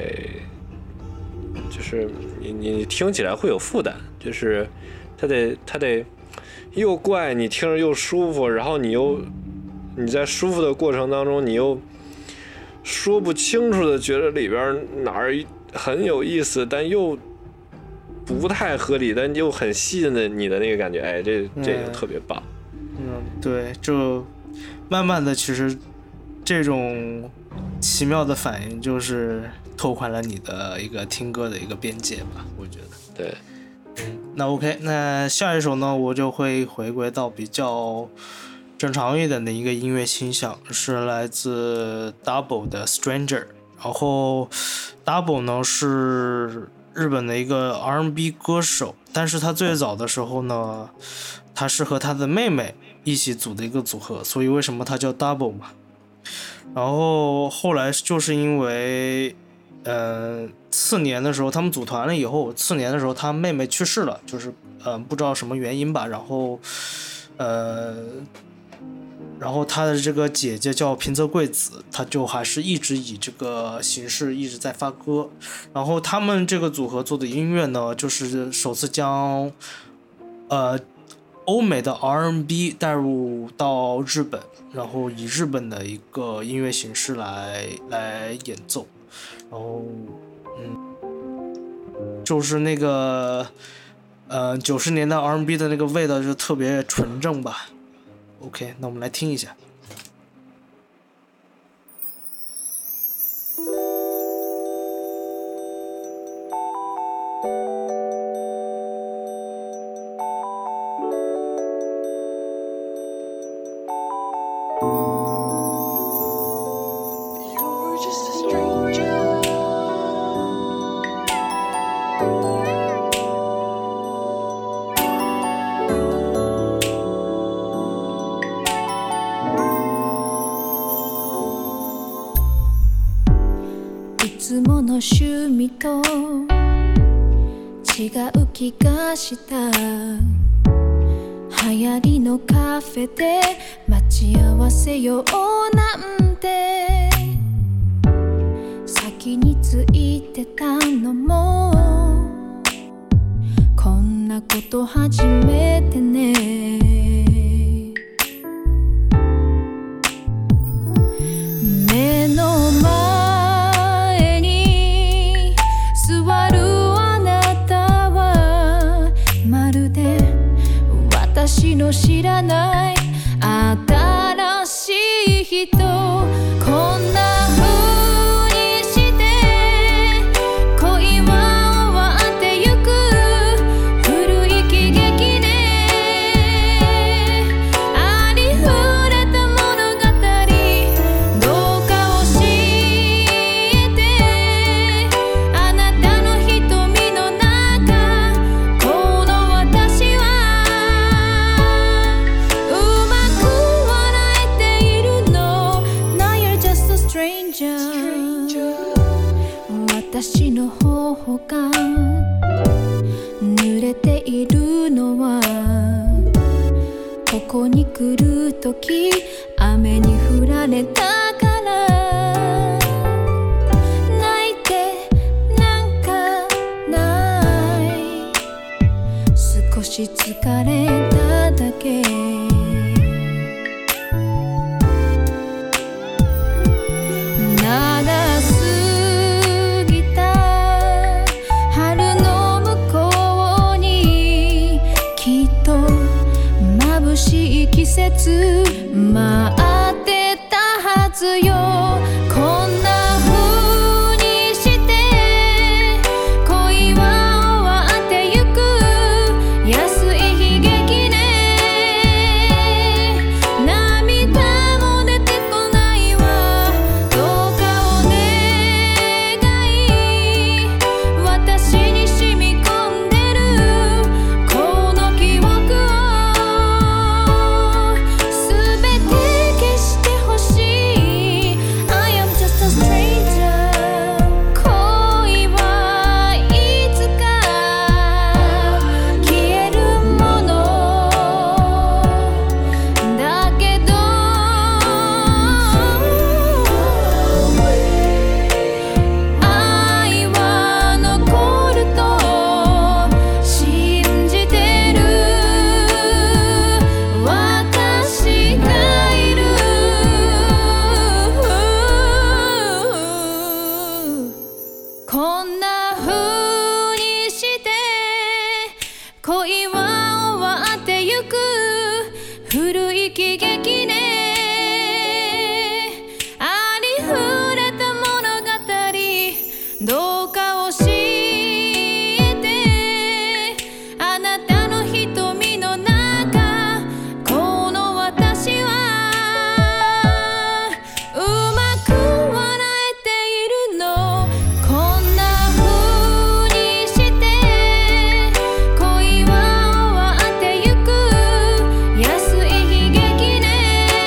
就是你听起来会有负担，就是他得又怪你听着又舒服，然后你在舒服的过程当中，你又说不清楚的觉得里边哪儿很有意思，但又不太合理，但又很吸引你的那个感觉，这个特别棒。 对，就慢慢的，其实这种奇妙的反应就是拓宽了你的一个听歌的一个边界吧，我觉得。 对， 那 OK， 那下一首呢，我就会回归到比较正常一点的一个音乐倾向，是来自 Double 的 Stranger。然后 Double 呢是日本的一个 R&B 歌手，但是他最早的时候呢，他是和他的妹妹一起组的一个组合，所以为什么他叫 Double 嘛。然后后来就是因为次年的时候他们组团了以后，次年的时候他妹妹去世了，就是不知道什么原因吧，然然后他的这个姐姐叫平泽贵子，他就还是一直以这个形式一直在发歌。然后他们这个组合做的音乐呢，就是首次将欧美的 R&B 带入到日本，然后以日本的一个音乐形式来演奏。然后就是那个90年代 R&B 的那个味道就特别纯正吧。OK， 那我们来听一下。 趣味と違う気がした。流行りのカフェで待ち合わせようなんて先についてたのもこんなこと初めてね。目の前に座るあなたはまるで私の知らない新しい人。こんな風にして恋は終わってゆく古い喜劇ね。ありふれた物語どうか教えて。あなたの瞳の中この私はうまく笑えているの。Now you're just a stranger。 私の頬が濡れているのはここに来るとき雨に降られたから泣いてなんかない少し疲れただけ。長すぎた春の向こうにきっと眩しい季節待ってたはずよ。こんな風にして恋は終わってゆく安い悲劇ね。涙も出てこないわどうかお願い。私に染み込んでるこの記憶をすべて消してほしい。 I am just a stranger。 恋はいつか消えるものだけど愛は残ると信じてる私がいる。こんな風にして恋は終わってゆく古い喜劇ね。ありふれた物語どうか教えて。あなたの瞳の中この私はうまく笑えているの。こんな風にして恋は終わってゆく安い悲劇ね。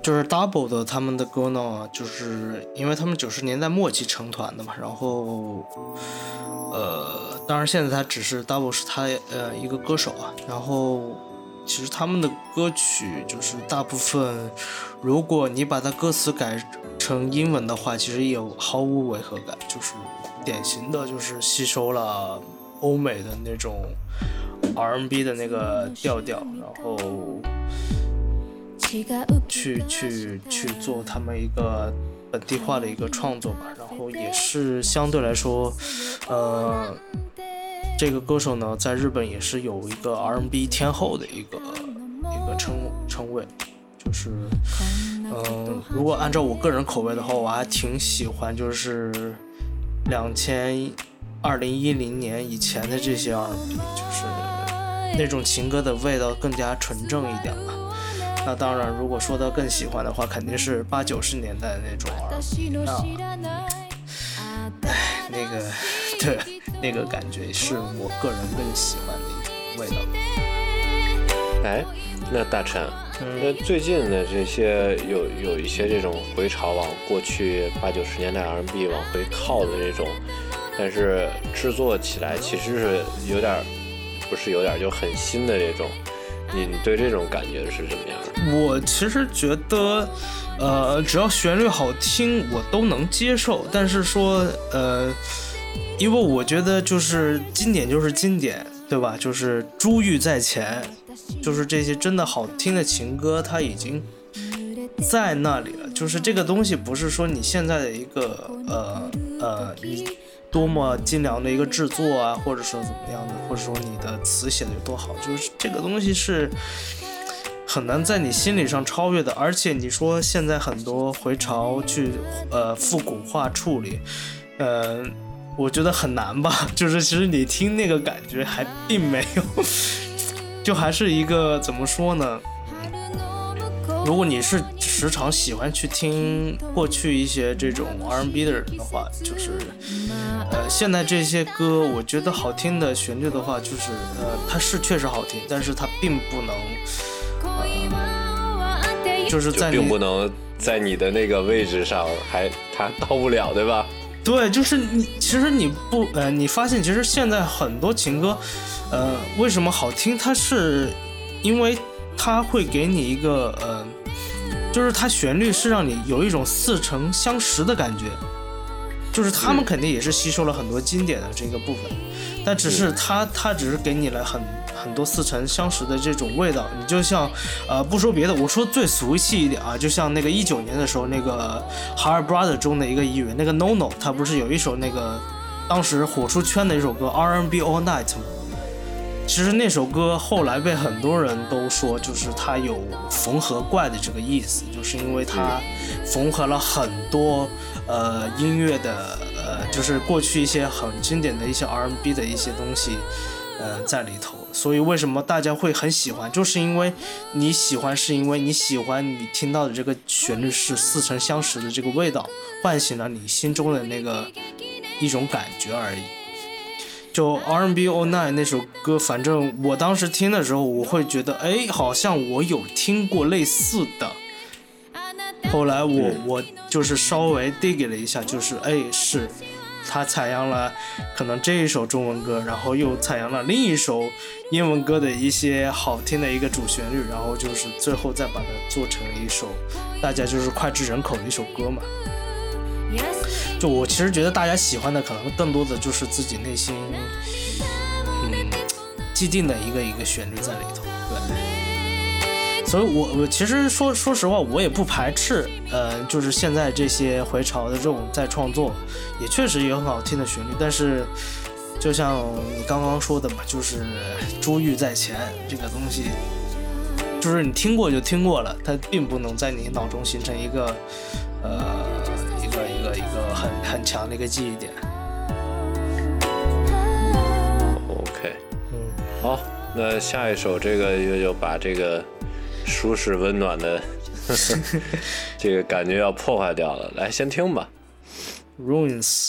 就是 Double 的他们的歌呢，就是因为他们90年代末期成团的嘛，然后当然现在他只是 Double 是他一个歌手啊，然后其实他们的歌曲就是大部分，如果你把它歌词改成英文的话，其实也毫无违和感，就是典型的就是吸收了欧美的那种 R&B 的那个调调，然后去做他们一个本地化的一个创作吧，然后也是相对来说，这个歌手呢，在日本也是有一个 R&B 天后的一个称谓，就是如果按照我个人口味的话，我还挺喜欢就是2010年以前的这些 R&B， 就是那种情歌的味道更加纯正一点吧。那当然，如果说到更喜欢的话，肯定是80、90年代的那种 R&B。对，那个感觉是我个人更喜欢的一种味道。 哎，那大陈，那最近的这些有一些这种回潮往过去80、90年代 R&B 往回靠的这种，但是制作起来其实是就很新的这种，你对这种感觉是怎么样的？ 我其实觉得，只要旋律好听，我都能接受。但是说，因为我觉得就是经典就是经典，对吧？就是珠玉在前，就是这些真的好听的情歌，它已经在那里了。就是这个东西不是说你现在的一个你多么精良的一个制作啊，或者说怎么样的，或者说你的词写的有多好，就是这个东西是很难在你心理上超越的。而且你说现在很多回潮去复古化处理，我觉得很难吧，就是其实你听那个感觉还并没有，就还是一个怎么说呢？如果你是时常喜欢去听过去一些这种 R&B 的人的话，就是现在这些歌我觉得好听的旋律的话，就是它是确实好听，但是它并不能就是在并不能在你的那个位置上它到不了，对吧？ 对，就是其实你发现其实现在很多情歌为什么好听，它是因为它会给你一个就是它旋律是让你有一种似曾相识的感觉，就是他们肯定也是吸收了很多经典的这个部分，但只是它只是给你了很多似曾相识的这种味道。你就像不说别的，我说最俗气一点啊，就像那个19年的时候那个 Hard Brother 中的一个艺人，那个 NONO， 他不是有一首那个当时火出圈的一首歌 R&B All Night 吗？其实那首歌后来被很多人都说，就是它有缝合怪的这个意思，就是因为它缝合了很多音乐的就是过去一些很经典的一些 R&B 的一些东西在里头。所以为什么大家会很喜欢，就是因为你喜欢，是因为你喜欢你听到的这个旋律是似曾相识的这个味道，唤醒了你心中的那个一种感觉而已。就 R&B All Night 那首歌，反正我当时听的时候，我会觉得，哎，好像我有听过类似的。后来我就是稍微 dig 了一下，就是是，他采样了可能这一首中文歌，然后又采样了另一首英文歌的一些好听的一个主旋律，然后就是最后再把它做成了一首大家就是脍炙人口的一首歌嘛。就我其实觉得大家喜欢的可能更多的就是自己内心既定的一个旋律在里头，对。所以我其实说实话，我也不排斥就是现在这些回潮的这种再创作，也确实有很好听的旋律，但是就像你刚刚说的嘛，就是珠玉在前这个东西，就是你听过就听过了，它并不能在你脑中形成一个很强的一个记忆点。 OK，好，那下一首这个就把这个舒适温暖的这个感觉要破坏掉了，来先听吧。 Ruins。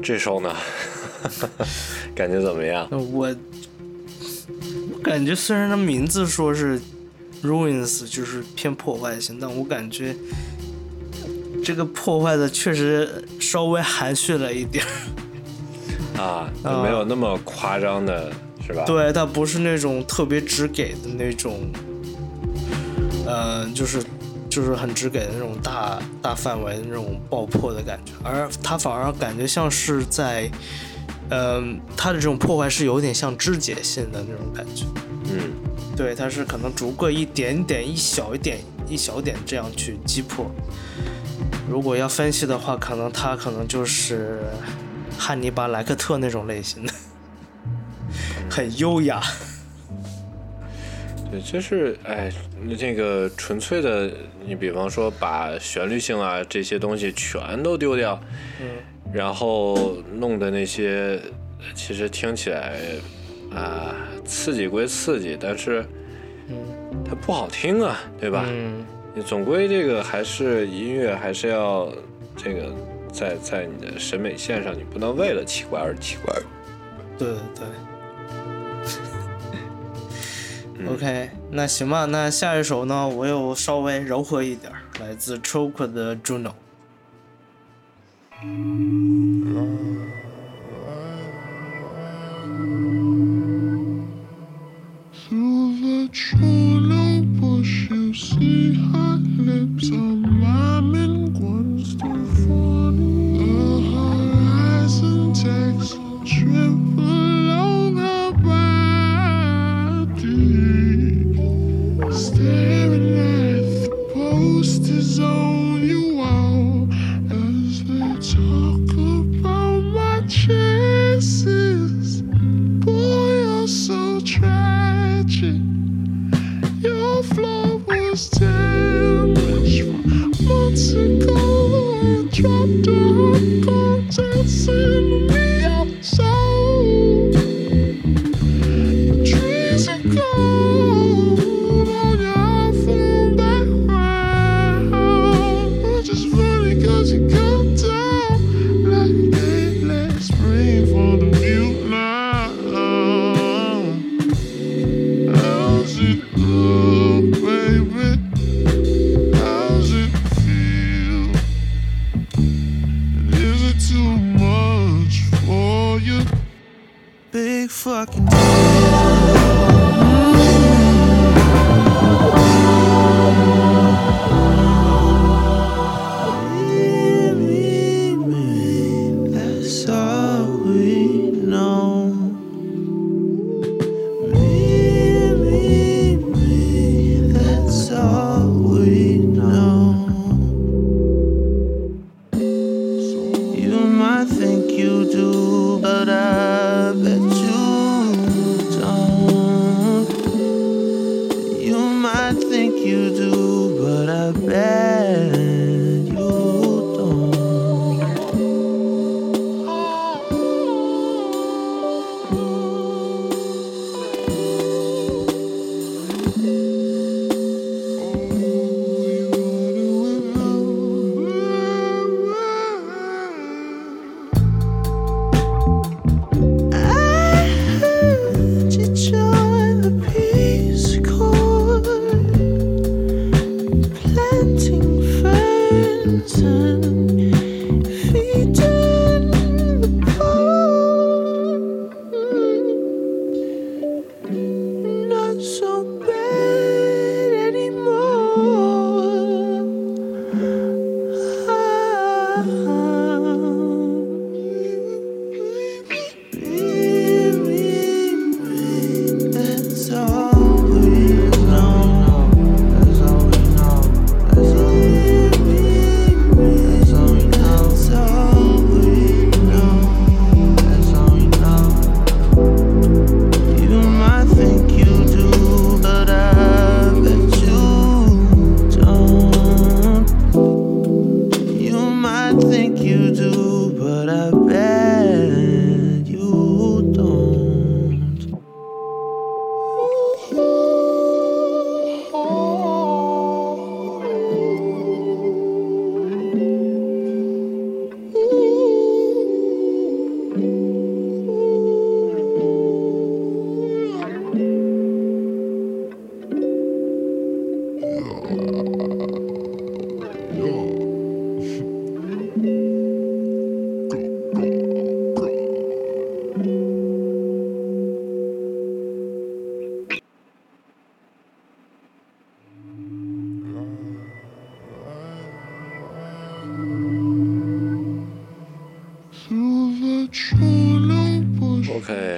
这首呢，感觉怎么样？ 我感觉虽然它名字说是 ruins， 就是偏破坏性，但我感觉这个破坏的确实稍微含蓄了一点啊，没有那么夸张的，是吧？ 对，它不是那种特别直给的那种，就是很直给的那种大范围的那种爆破的感觉，而它反而感觉像是在，它的这种破坏是有点像肢解性的那种感觉。对，它是可能逐个一点点、一小点这样去击破。如果要分析的话，它可能就是汉尼拔·莱克特那种类型的，很优雅。 对，就是那个纯粹的，你比方说把旋律性啊这些东西全都丢掉，然后弄的那些其实听起来刺激归刺激，但是它不好听啊，对吧？你总归这个还是音乐，还是要这个在你的审美线上，你不能为了奇怪而奇怪。 对。OK， 那行吧，那下一首呢，我又稍微柔和一点，来自 Choke 的 Juno。 Through the Juno bush, you see hot lips on miming Gwen Stefani. The horizon takes a trip along her body, staring at the posters on your wall as they talk about my chances. Boy, you're so tragic. Your floor was damaged from months ago. You dropped a hot contents in me outside. Trees are gone on your iPhone background. Which is funny cause you come down like a let's spring for the mute now. How's it look, baby? How's it feel? And is it too much? OK，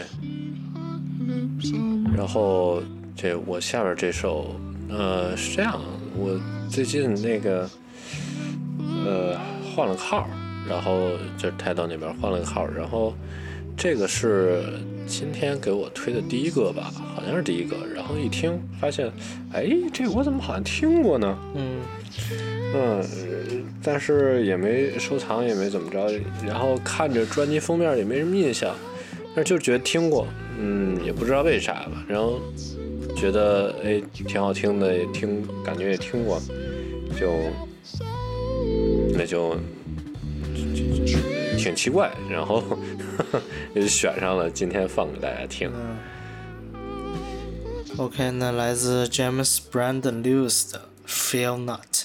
然后我下边这首，是这样，我最近那个换了个号，然后就是台岛那边换了个号，然后这个是今天给我推的第一个吧，好像是第一个，然后一听发现，哎，这我怎么好像听过呢？但是也没收藏，也没怎么着，然后看着专辑封面也没什么印象，但是就觉得听过，也不知道为啥吧，然后觉得哎挺好听的，感觉也听过，那就挺奇怪，然后也就选上了，今天放给大家听。 OK， 那来自 James Brandon Lewis 的 Feel Not。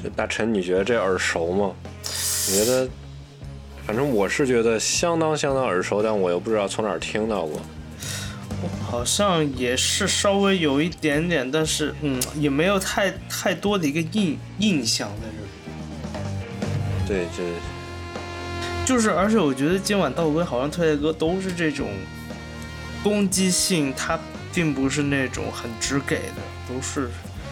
这大陈，你觉得这耳熟吗？你觉得？反正我是觉得相当耳熟，但我又不知道从哪儿听到过。 好像也是稍微有一点点，但是也没有太多的一个印象在这里。 对， 就是，而且我觉得今晚道哥好像推的歌都是这种攻击性，它并不是那种很直给的，都是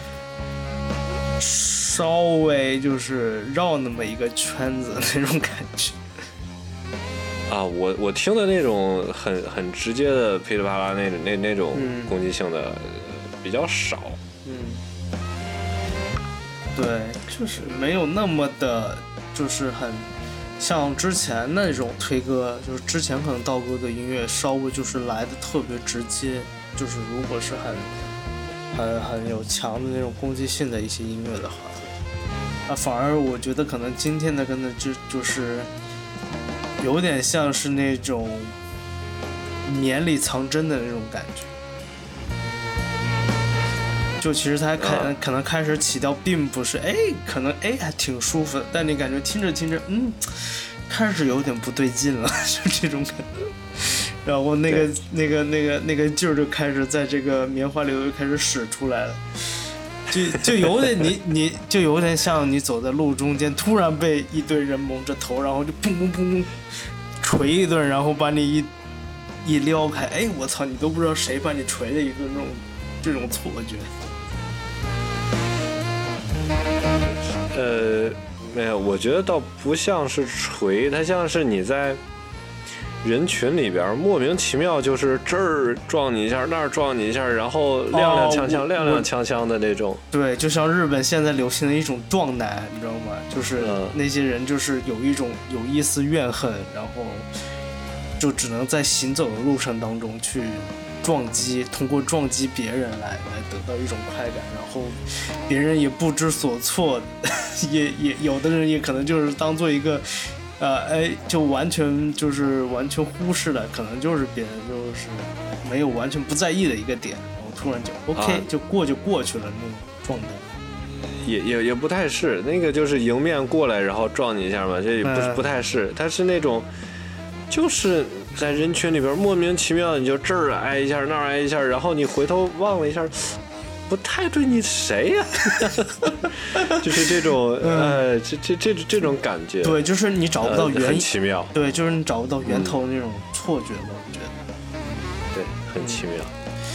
稍微就是绕那么一个圈子那种感觉。 啊，我听的那种很直接的噼里啪啦那种攻击性的比较少。 对，就是没有那么的，就是很像之前那种推歌，就是之前可能道哥的音乐稍微就是来的特别直接，就是如果是很有强的那种攻击性的一些音乐的话，反而我觉得可能今天的跟的就是有点像是那种绵里藏针的那种感觉。就其实它可能开始起调并不是可能还挺舒服的，但你感觉听着开始有点不对劲了，就这种感觉。然后那个劲儿就开始在这个棉花里头就开始使出来了，就有点你就有点像你走在路中间，突然被一堆人蒙着头，然后就砰砰砰捶一顿，然后把你一撩开，我操，你都不知道谁把你捶了一顿这种错觉。 没有，我觉得倒不像是锤，它像是你在人群里边莫名其妙就是这儿撞你一下，那儿撞你一下，然后踉踉跄跄的那种。 对，就像日本现在流行的一种壮男，你知道吗？就是那些人就是有一丝怨恨，然后就只能在行走的路程当中去通过撞击别人来得到一种快感，然后别人也不知所措，也有的人也可能就是当做一个就完全忽视了，可能就是别人就是没有完全不在意的一个点，然后突然就 OK 就过去了那种状态。 也不太是那个，就是迎面过来然后撞你一下嘛，这也不太是，它是那种就是在人群里边莫名其妙你就这儿挨一下那儿挨一下，然后你回头望了一下，不太对，你谁呀？就是这种这种感觉。 对，就是你找不到原因， 很奇妙。 对，就是你找不到源头那种错觉吧，我觉得。 对，很奇妙。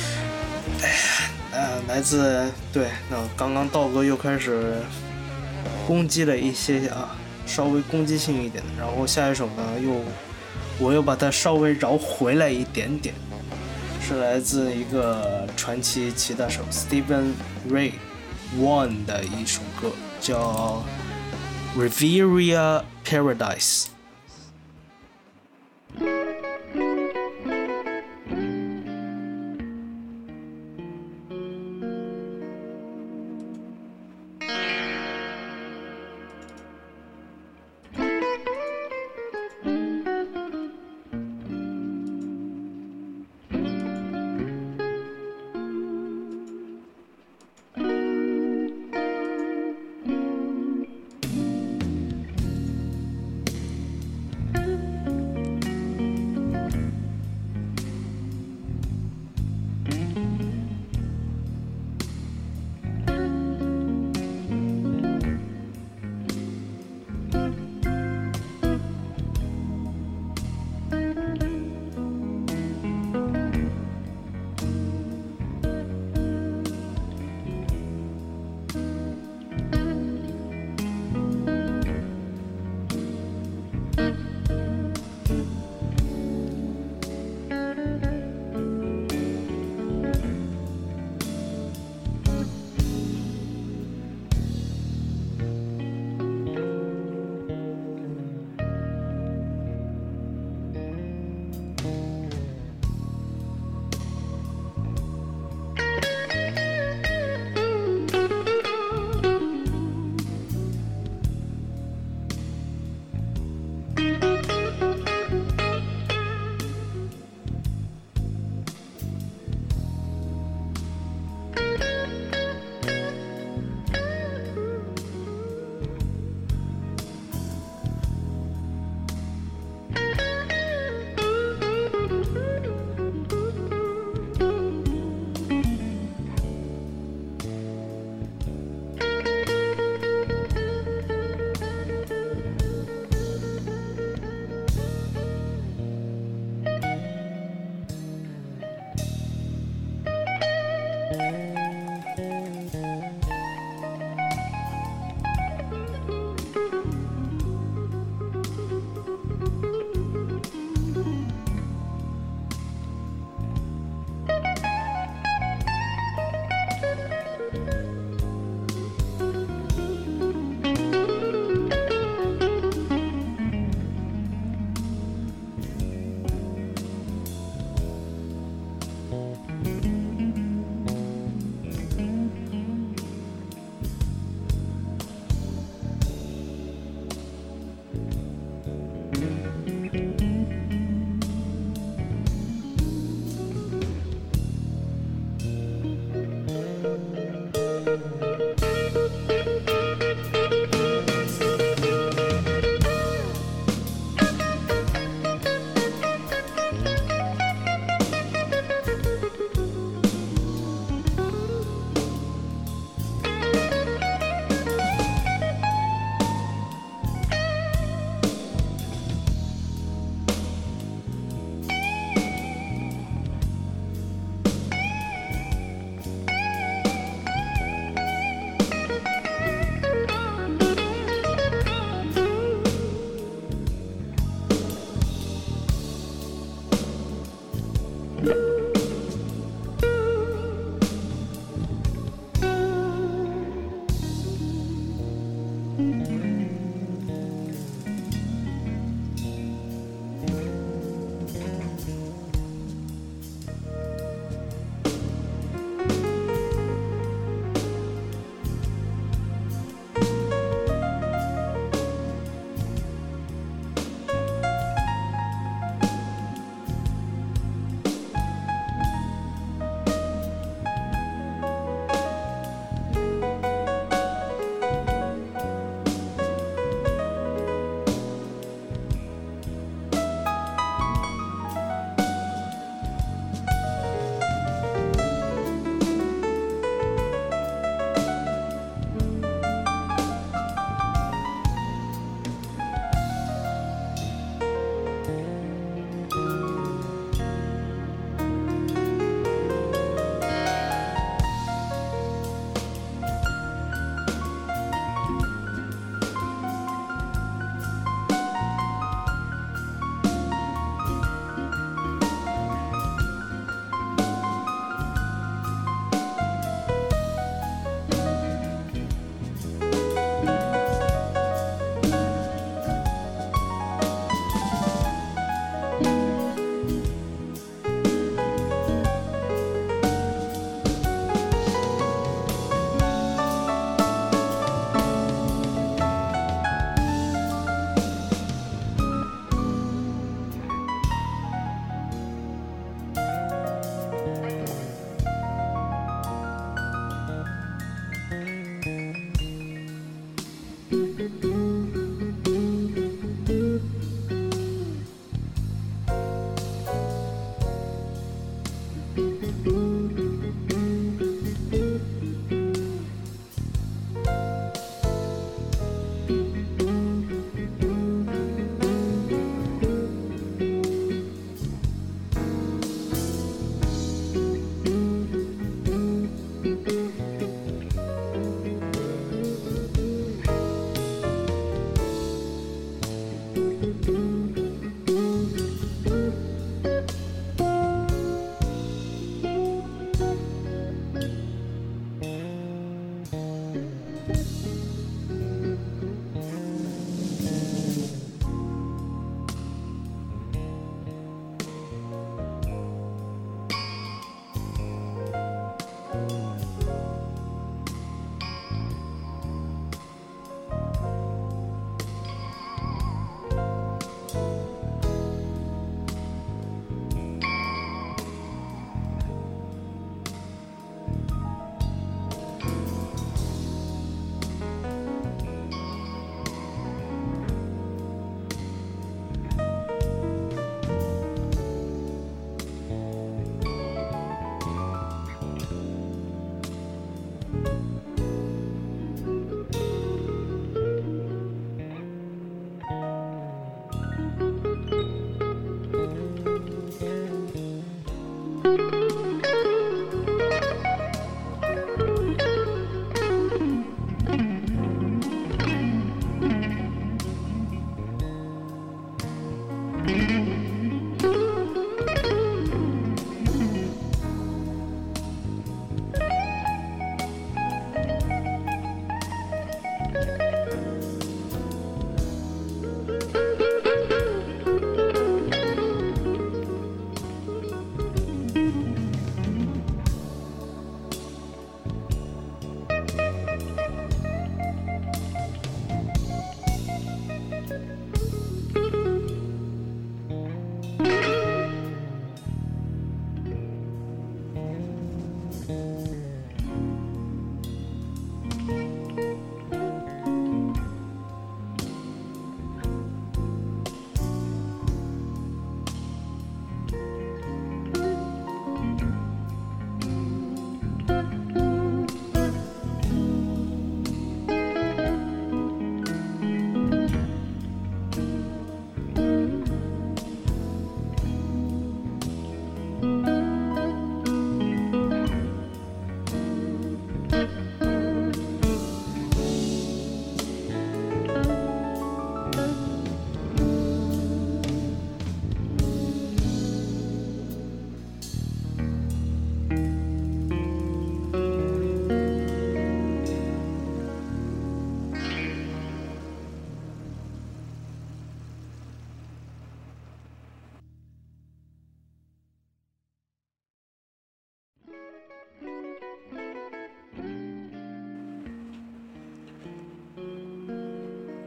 来自那刚刚道哥又开始攻击了一些稍微攻击性一点的，然后下一首呢我又把它稍微绕回来一点点，是来自一个传奇吉他手 Stevie Ray Vaughan 的一首歌，叫 Riviera Paradise。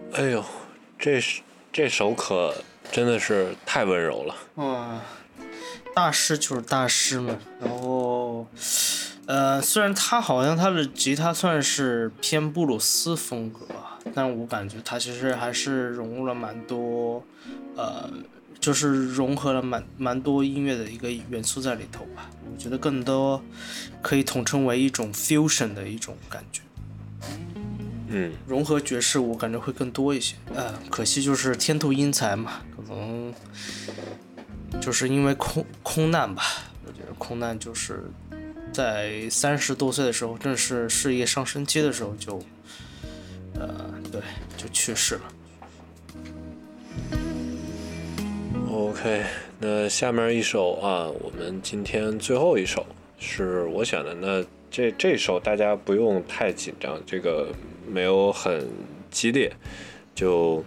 哎呦，这首可真的是太温柔了。 大师就是大师嘛。然后，虽然他好像他的吉他算是偏布鲁斯风格，但我感觉他其实还是融入了蛮多，就是融合了蛮多音乐的一个元素在里头吧。我觉得更多可以统称为一种 fusion 的一种感觉。融合爵士我感觉会更多一些。可惜就是天妒英才嘛，可能就是因为空难吧。我觉得空难就是在30多岁的时候，正是事业上升期的时候就去世了。 OK， 那下面一首我们今天最后一首是我选的。那这首大家不用太紧张，这个没有很激烈，就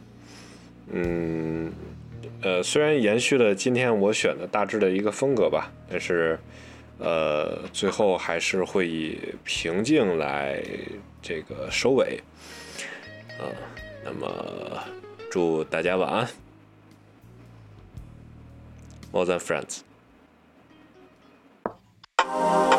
虽然延续了今天我选的大致的一个风格吧，但是最后还是会以平静来这个收尾。那么祝大家晚安。More than friends.